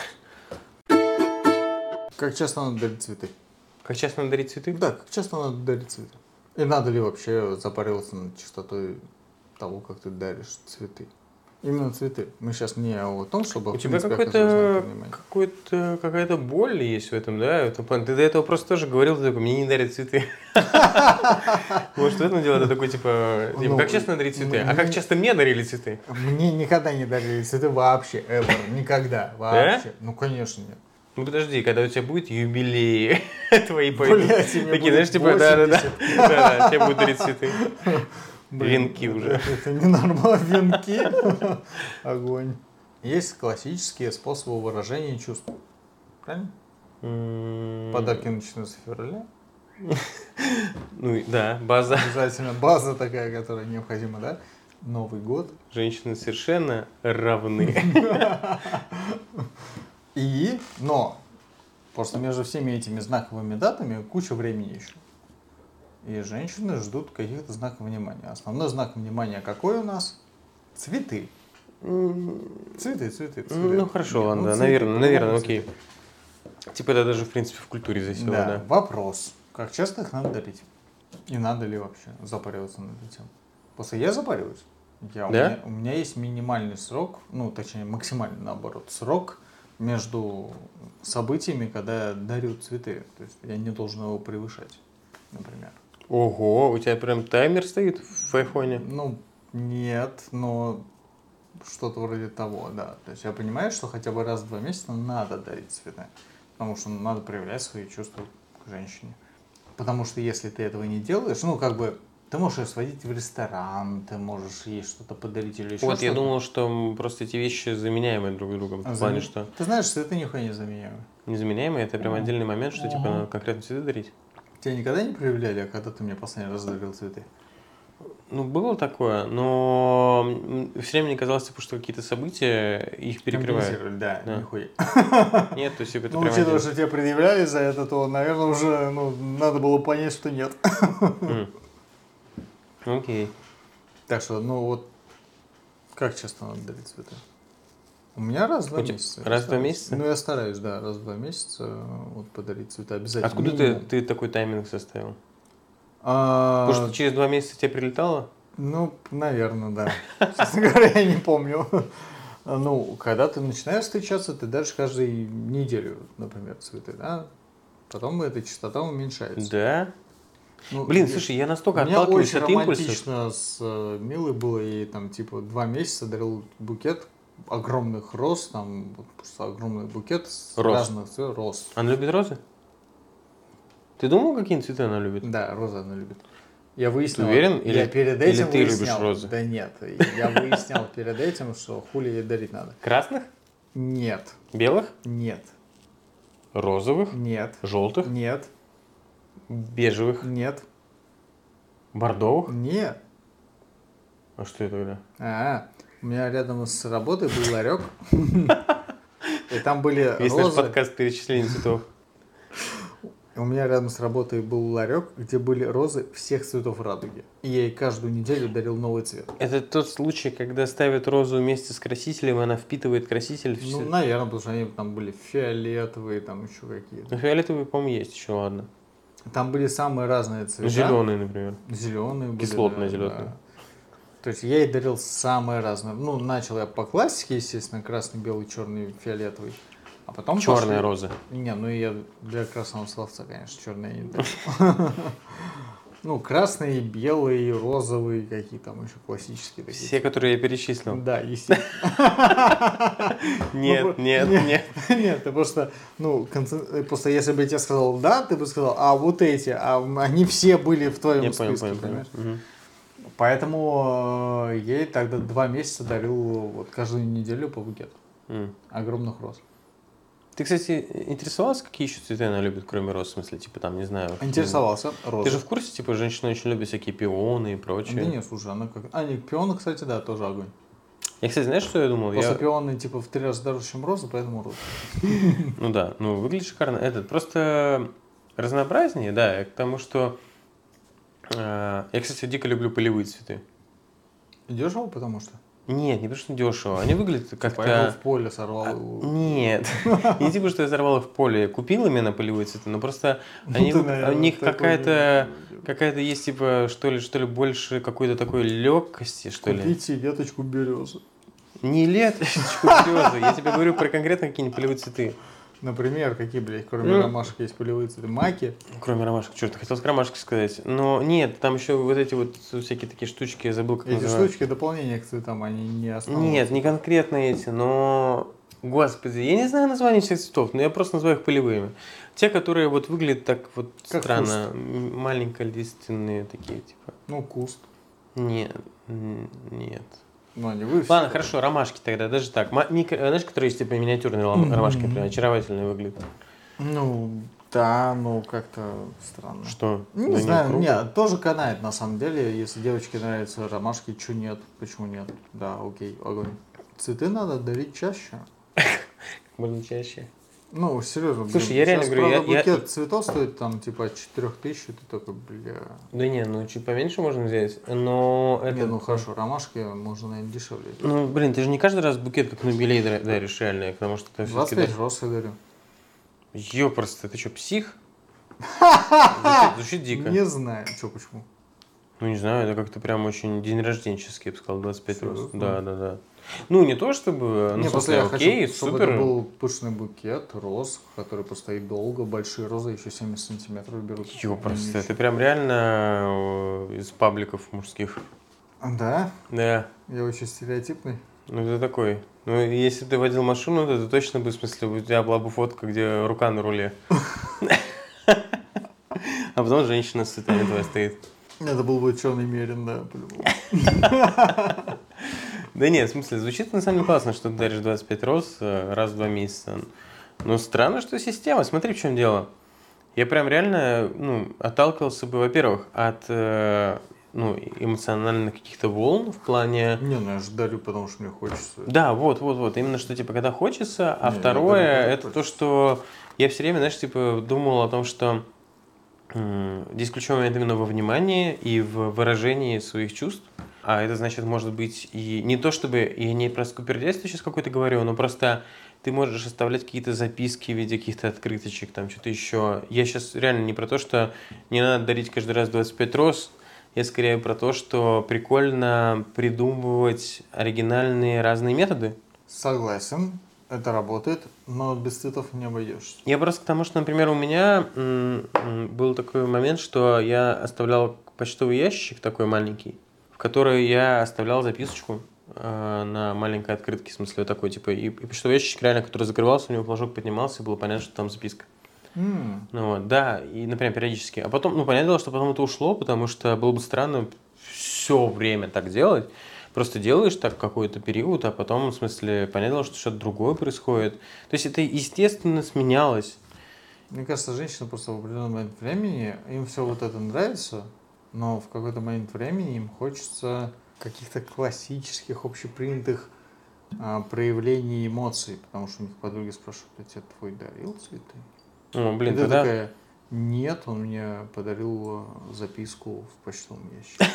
Как часто надо дарить цветы? Как часто надо дарить цветы? Да, как часто надо дарить цветы? И надо ли вообще запариваться над чистотой того, как ты даришь цветы? Именно цветы. Мы сейчас не о том, чтобы... У тебя какая-то боль есть в этом, да? Ты до этого просто тоже говорил, ты такой, мне не дарят цветы. Может, в этом дело, ты такой, типа, как часто дарить цветы? А как часто мне дарили цветы? Мне никогда не дарили цветы вообще, ever, никогда, вообще. Ну, конечно, нет. Ну подожди, когда у тебя будет юбилей, твои пойдут. Такие, знаешь, типа, да, тебе будут дарить цветы. Венки уже. Это ненормально, венки. Огонь. Есть классические способы выражения чувств. Правильно? Подарки начинаются с февраля. Ну да, база. Обязательно база такая, которая необходима, да? Новый год. Женщины совершенно равны. Но просто между всеми этими знаковыми датами куча времени еще. И женщины ждут каких-то знаков внимания. Основной знак внимания какой у нас? Цветы. Цветы. Ну хорошо, ладно, да, наверное, окей. Типа это даже в принципе в культуре засело, да. Вопрос. Как часто их надо дарить? И надо ли вообще запариваться над этим? Просто я запариваюсь. У меня есть минимальный срок, ну точнее максимальный наоборот, срок между событиями, когда я дарю цветы. То есть я не должен его превышать, например. Ого, у тебя прям таймер стоит в айфоне? Ну, нет, но что-то вроде того, да. То есть я понимаю, что хотя бы раз в 2 месяца надо дарить цветы. Потому что надо проявлять свои чувства к женщине. Потому что если ты этого не делаешь, ну, как бы, ты можешь ее сводить в ресторан, ты можешь ей что-то подарить или еще что-то. Вот, я думал, что просто эти вещи заменяемые друг другом. В плане, что... Ты знаешь, цветы нихуя не заменяемые. Незаменяемые? Это прям отдельный момент, что, типа, надо конкретно цветы дарить? Тебя никогда не проявляли, а когда ты мне последний раз дарил цветы? Ну, было такое, но все время мне казалось, типа, что какие-то события их перекрывают. Да, нихуя. Нет, то есть, это прям... Ну, учитывая, что тебя предъявляли за это, то, наверное, уже надо было понять, что нет. Окей. Так что, вот, как часто надо дарить цветы? У меня раз в 2 месяца. Раз в 2 месяца? Ну, я стараюсь, да, раз в 2 месяца подарить цветы обязательно. Откуда ты такой тайминг составил? Потому что через 2 месяца тебе прилетало? Ну, наверное, да. Честно говоря, я не помню. Ну, когда ты начинаешь встречаться, ты даришь каждую неделю, например, цветы, да? Потом эта частота уменьшается. Да? Блин, слушай, я настолько отталкиваюсь от импульсов. У меня очень романтично с Милой было, и там, типа, 2 месяца дарил букет огромных роз, там просто огромный букет с разных цветов роз. Она любит розы? Ты думал, какие цветы она любит? Да, розы она любит. Я выяснил. Ты уверен? Я перед этим или ты любишь розы? Да нет, я выяснял перед этим, что хули ей дарить надо. Красных? Нет. Белых? Нет. Розовых? Нет. Желтых? Нет. Бежевых? Нет. Бордовых? Нет. А что это тогда? У меня рядом с работой был ларек. И там были весь розы. Наш подкаст перечисления цветов. У меня рядом с работой был ларек, где были розы всех цветов радуги. И я ей каждую неделю дарил новый цвет. Это тот случай, когда ставят розу вместе с красителем, и она впитывает краситель. Ну, наверное, потому что они там были фиолетовые, там еще какие-то. Ну, фиолетовые, по-моему, есть еще, ладно. Там были самые разные цвета. Зеленые, например. Зеленые были. Кислотные зеленые. Да. То есть я ей дарил самые разные. Ну, начал я по классике, естественно, красный, белый, черный, фиолетовый. А потом черные розы. Не, ну я для красного словца, конечно, черные не дарил. Ну, красные, белые, розовые, какие там еще классические такие. Все, которые я перечислил. Да, естественно. Нет. Нет, ты просто, просто если бы я тебе сказал да, ты бы сказал, а вот эти, они все были в твоем списке, понимаешь? Поэтому я ей тогда 2 месяца дарил вот каждую неделю по букету огромных роз. Ты, кстати, интересовался, какие еще цветы она любит, кроме роз? В смысле, типа там, не знаю. Интересовался. Розы. Ты же в курсе, типа, женщины очень любят всякие пионы и прочее? Да нет, слушай, она как... нет, пионы, кстати, да, тоже огонь. Я, кстати, знаешь, что я думал? Просто пионы, типа, в 3 раза дороже, чем розы, поэтому розы. Ну да, ну выглядит шикарно. Просто разнообразнее, да, к тому, что... Я, кстати, дико люблю полевые цветы. Дешево, потому что? Нет, не потому что дешево. Они выглядят как-то... Поехал в поле, сорвал его. Нет, не типа, что я сорвал их в поле. Купил именно полевые цветы, но просто у них какая-то есть, типа, что ли, больше какой-то такой легкости, что ли. Купите веточку березы. Не веточку березы, я тебе говорю про конкретно какие-нибудь полевые цветы. Например, какие, блядь, кроме ромашек есть полевые цветы? Маки? Кроме ромашек, черт, хотел с ромашки сказать. Но нет, там еще вот эти вот всякие такие штучки, я забыл, как называются. Эти штучки дополнения к цветам, они не основаны. Нет, не конкретно эти, но... Господи, я не знаю название всех цветов, но я просто называю их полевыми. Те, которые вот выглядят так вот как странно, маленько лиственные такие, типа. Ну, куст. Нет. Ну, они вы. Ладно, хорошо, ромашки тогда, даже так. Знаешь, которые есть типа миниатюрные ромашки, например, очаровательные выглядят. Ну, да, ну как-то странно. Что? Не знаю, нет, тоже канает на самом деле. Если девочке нравятся ромашки, что нет? Почему нет? Да, окей, огонь. Цветы надо дарить чаще. Можно чаще. Ну, серьезно. Слушай, я реально говорю, букет цветов стоит там типа 4000, ты такой, бля. Да не, ну чуть поменьше можно взять, но это... Не, ну хорошо, ромашки можно, наверное, дешевле. Ну, блин, ты же не каждый раз букет как на юбилей даришь реально, потому что ты 25 роз я дарю. Ёпрст, ты что, псих? Звучит дико. Не знаю, что, почему. Ну, не знаю, это как-то прям очень день рожденческий, я бы сказал, 25 роз. Да. Ну, не то чтобы, ну, просто я окей, хочу, супер. чтобы это был пышный букет роз, который постоит долго, большие розы, еще 70 сантиметров берут. Ёпрст, это прям реально из пабликов мужских. Да? Да. Я очень стереотипный. Ну, это такой. Ну, если ты водил машину, то это точно бы, в смысле, у тебя была бы фотка, где рука на руле. А потом женщина с цветами твоя стоит. Это был бы черный мерин, да, по-любому. Да нет, в смысле, звучит на самом деле классно, что ты даришь 25 роз раз в 2 месяца. Но странно, что система. Смотри, в чем дело. Я прям реально, отталкивался бы, во-первых, от эмоциональных каких-то волн в плане... Не, ну я же дарю, потому что мне хочется. Да, вот. Именно, что, типа, когда хочется. А второе, это то, что я все время, знаешь, типа, думал о том, что здесь ключевой момент именно во внимании и в выражении своих чувств. А это значит, может быть, и не то чтобы, я не про скупердяйство сейчас какое-то говорю, но просто ты можешь оставлять какие-то записки в виде каких-то открыточек, там что-то еще. Я сейчас реально не про то, что не надо дарить каждый раз 25 роз, я скорее про то, что прикольно придумывать оригинальные разные методы. Согласен, это работает, но без цветов не обойдешься. Я просто к тому, что, например, у меня был такой момент, что я оставлял почтовый ящик такой маленький, в который я оставлял записочку на маленькой открытке, в смысле, вот такой, типа, и почтовый ящик реально, который закрывался, у него флажок поднимался, и было понятно, что там записка. Ну вот, да, и, например, периодически. А потом, понятное дело, что потом это ушло, потому что было бы странно все время так делать. Просто делаешь так какой-то период, а потом, в смысле, понятное дело, что что-то другое происходит. То есть это, естественно, сменялось. Мне кажется, женщины просто в определенный момент времени, им все вот это нравится, но в какой-то момент времени им хочется каких-то классических, общепринятых проявлений эмоций, потому что у них подруги спрашивают, а тебе твой дарил цветы? О, блин, и ты такая, нет, он мне подарил записку в почтовом ящике.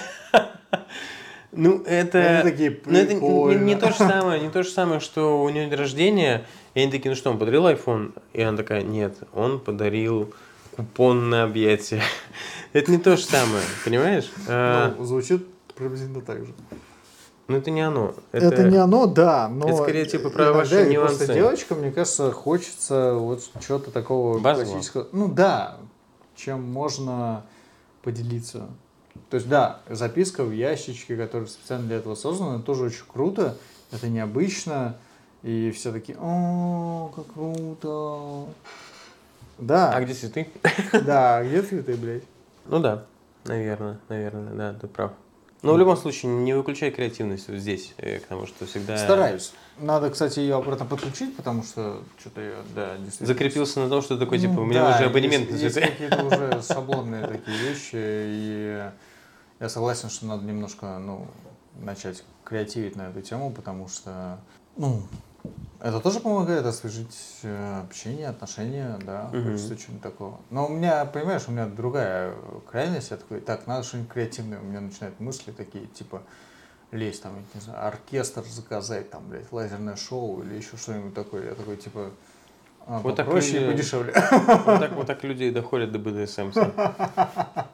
Это такие не то же самое, что у нее день рождения, и они такие, что, он подарил iPhone? И она такая, нет, он подарил купон на объятие. Это не то же самое, понимаешь? Звучит приблизительно так же. Это не оно. Это не оно, да, но... Это скорее типа про ваши нюансы. Просто девочкам, мне кажется, хочется вот чего-то такого классического. Ну да, чем можно поделиться. То есть, да, записка в ящичке, которая специально для этого создана, это тоже очень круто, это необычно, и все такие, о, как круто. Да. А где цветы? Да, где цветы, блядь? Ну да, наверное, да, ты прав. Но в любом случае, не выключай креативность вот здесь, к тому, что всегда... Стараюсь. Надо, кстати, ее обратно подключить, потому что что-то я, да, действительно... Закрепился на том, что такой, типа, у меня уже абонемент на цветы. Есть какие-то уже шаблонные такие вещи, и я согласен, что надо немножко, начать креативить на эту тему, потому что, ну, это тоже помогает освежить общение, отношения, да, хочется чего-нибудь такого. Но у меня, понимаешь, у меня другая крайность, я такой, так, надо что-нибудь креативное, у меня начинают мысли такие, типа, лезть там, не знаю, оркестр заказать, там, блядь, лазерное шоу или еще что-нибудь такое, я такой, типа, вот попроще и подешевле. Вот так люди доходят до БДСМ.